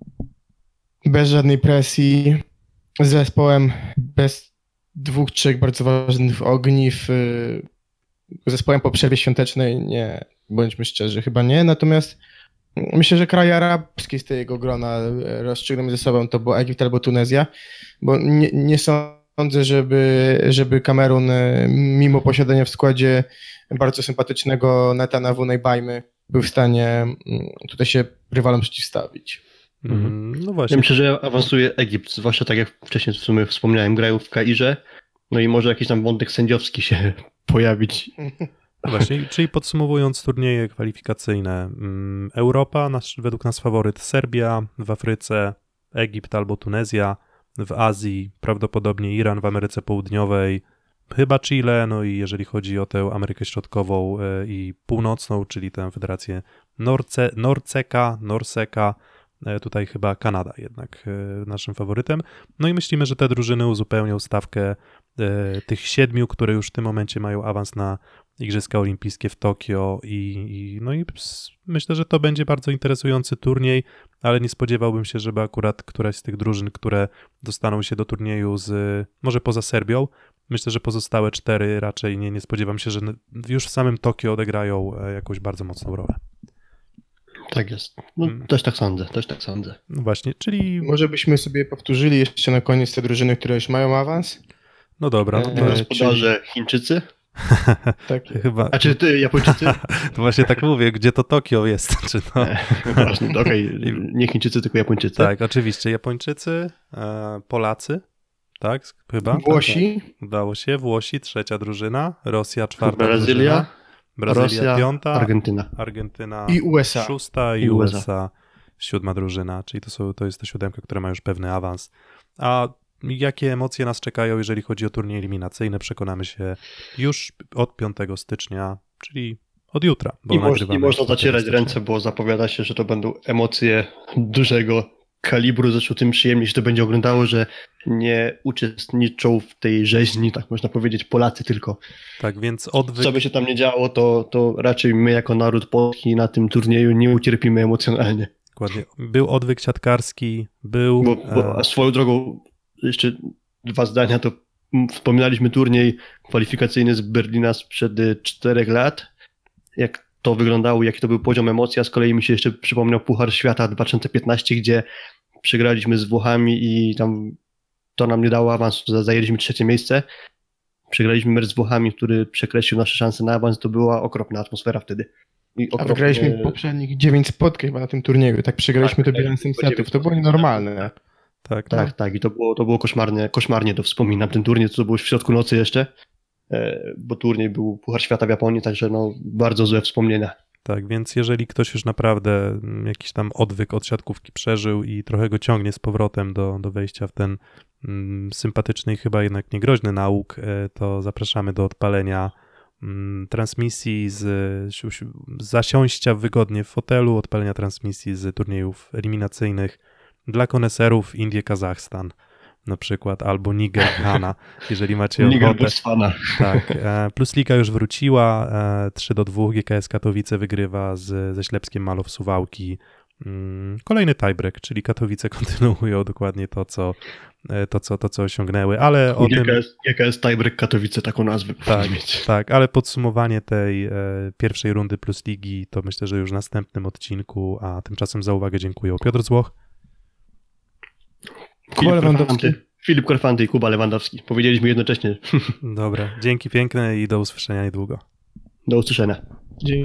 bez żadnej presji, z zespołem bez dwóch, trzech bardzo ważnych ogniw, y, zespołem po przerwie świątecznej nie, bądźmy szczerzy, chyba nie, natomiast myślę, że kraje arabskie z tego grona y, rozstrzygną ze sobą, to było Egipt albo Tunezja, bo nie, nie sądzę, żeby, żeby Kamerun y, mimo posiadania w składzie bardzo sympatycznego Netana Wunajbajmy był w stanie mm, tutaj się rywalom przeciwstawić. Mm, No ja właśnie. myślę, że awansuje Egipt, zwłaszcza tak jak wcześniej w sumie wspomniałem, grają w Kairze, no i może jakiś tam wątek sędziowski się pojawić. No właśnie, czyli podsumowując turnieje kwalifikacyjne, mm, Europa, nasz, według nas faworyt Serbia, w Afryce Egipt albo Tunezja, w Azji prawdopodobnie Iran, w Ameryce Południowej chyba Chile, no i jeżeli chodzi o tę Amerykę Środkową e, i Północną, czyli tę Federację Norce, Norceka, Norseka, e, tutaj chyba Kanada jednak e, naszym faworytem. No i myślimy, że te drużyny uzupełnią stawkę e, tych siedmiu, które już w tym momencie mają awans na Igrzyska Olimpijskie w Tokio i, i no i ps- myślę, że to będzie bardzo interesujący turniej, ale nie spodziewałbym się, żeby akurat któraś z tych drużyn, które dostaną się do turnieju z, może poza Serbią, myślę, że pozostałe cztery raczej nie, nie spodziewam się, że n- już w samym Tokio odegrają e, jakąś bardzo mocną rolę. Tak jest. No, Hmm. też tak sądzę, też tak sądzę. No właśnie, czyli... Może byśmy sobie powtórzyli jeszcze na koniec te drużyny, które już mają awans? No dobra, no E, to Gospodarze Chińczycy? Tak. chyba... A czy ty, Japończycy? To właśnie tak mówię, gdzie to Tokio jest, czy to... Właśnie, to okej, nie Chińczycy, tylko Japończycy. Tak, oczywiście. Japończycy, e, Polacy, tak, chyba. Włosi, Udało się. Włosi, trzecia drużyna. Rosja, czwarta Brazylia, drużyna. Brazylia, Rosja, piąta. Argentyna. Argentyna, i U S A. szósta i, I U U S S A, siódma drużyna. Czyli to, są, to jest ta siódemka, która ma już pewny awans. A jakie emocje nas czekają, jeżeli chodzi o turnieje eliminacyjne, przekonamy się już od piątego stycznia, czyli od jutra. Bo I, moż, nagrywamy I można piątego zacierać stycznia. ręce, bo zapowiada się, że to będą emocje dużego kalibru, zresztą tym przyjemniej się to będzie oglądało, że nie uczestniczą w tej rzeźni, tak można powiedzieć, Polacy tylko. Tak, więc odwyk... Co by się tam nie działo, to, to raczej my jako naród polski na tym turnieju nie ucierpimy emocjonalnie. Dokładnie. Był odwyk siatkarski, był... Bo, bo e, a swoją drogą, jeszcze dwa zdania, to mm, wspominaliśmy turniej kwalifikacyjny z Berlina sprzed y, czterech lat. Jak to wyglądało, jaki to był poziom emocji, a z kolei mi się jeszcze przypomniał Puchar Świata dwa tysiące piętnasty, gdzie przegraliśmy z Włochami i tam to nam nie dało awansu, zajęliśmy trzecie miejsce. Przegraliśmy mecz z Włochami, który przekreślił nasze szanse na awans, to była okropna atmosfera wtedy. I A okropnie... wygraliśmy poprzednich dziewięć spotkań chyba na tym turnieju. Tak przegraliśmy Tak, to bilansem tak, setów. To było nienormalne. tak, Tak, no, tak. I to było, to było koszmarnie, koszmarnie to wspominam. Ten turniej to było w środku nocy jeszcze, e, bo turniej był Puchar Świata w Japonii, także no bardzo złe wspomnienia. tak, więc jeżeli ktoś już naprawdę mm, jakiś tam odwyk od siatkówki przeżył i trochę go ciągnie z powrotem do, do wejścia w ten mm, sympatyczny i chyba jednak niegroźny nauk, e, to zapraszamy do odpalenia mm, transmisji, z, si- si- zasiąścia wygodnie w fotelu, odpalenia transmisji z turniejów eliminacyjnych dla koneserów Indie, Kazachstan na przykład, albo Niger, Ghana, jeżeli macie Niger ochotę. Botswana. Tak, e, plus liga już wróciła, e, trzy do dwóch, G K S Katowice wygrywa z, ze Ślepskiem Malow Suwałki. Mm, kolejny tiebreak, czyli Katowice kontynuują dokładnie to, co, e, to, co, to, co osiągnęły, ale o tym... G K S, G K S Tiebreak Katowice, taką nazwę Tak, powinien mieć. tak, ale podsumowanie tej e, pierwszej rundy plus ligi to myślę, że już w następnym odcinku, a tymczasem za uwagę dziękuję. Piotr Złoch. Kuba Filip Lewandowski. Korfanty, Filip Korfanty i Kuba Lewandowski. Powiedzieliśmy jednocześnie. Dobra, dzięki piękne i do usłyszenia niedługo. Do usłyszenia. Dzięki.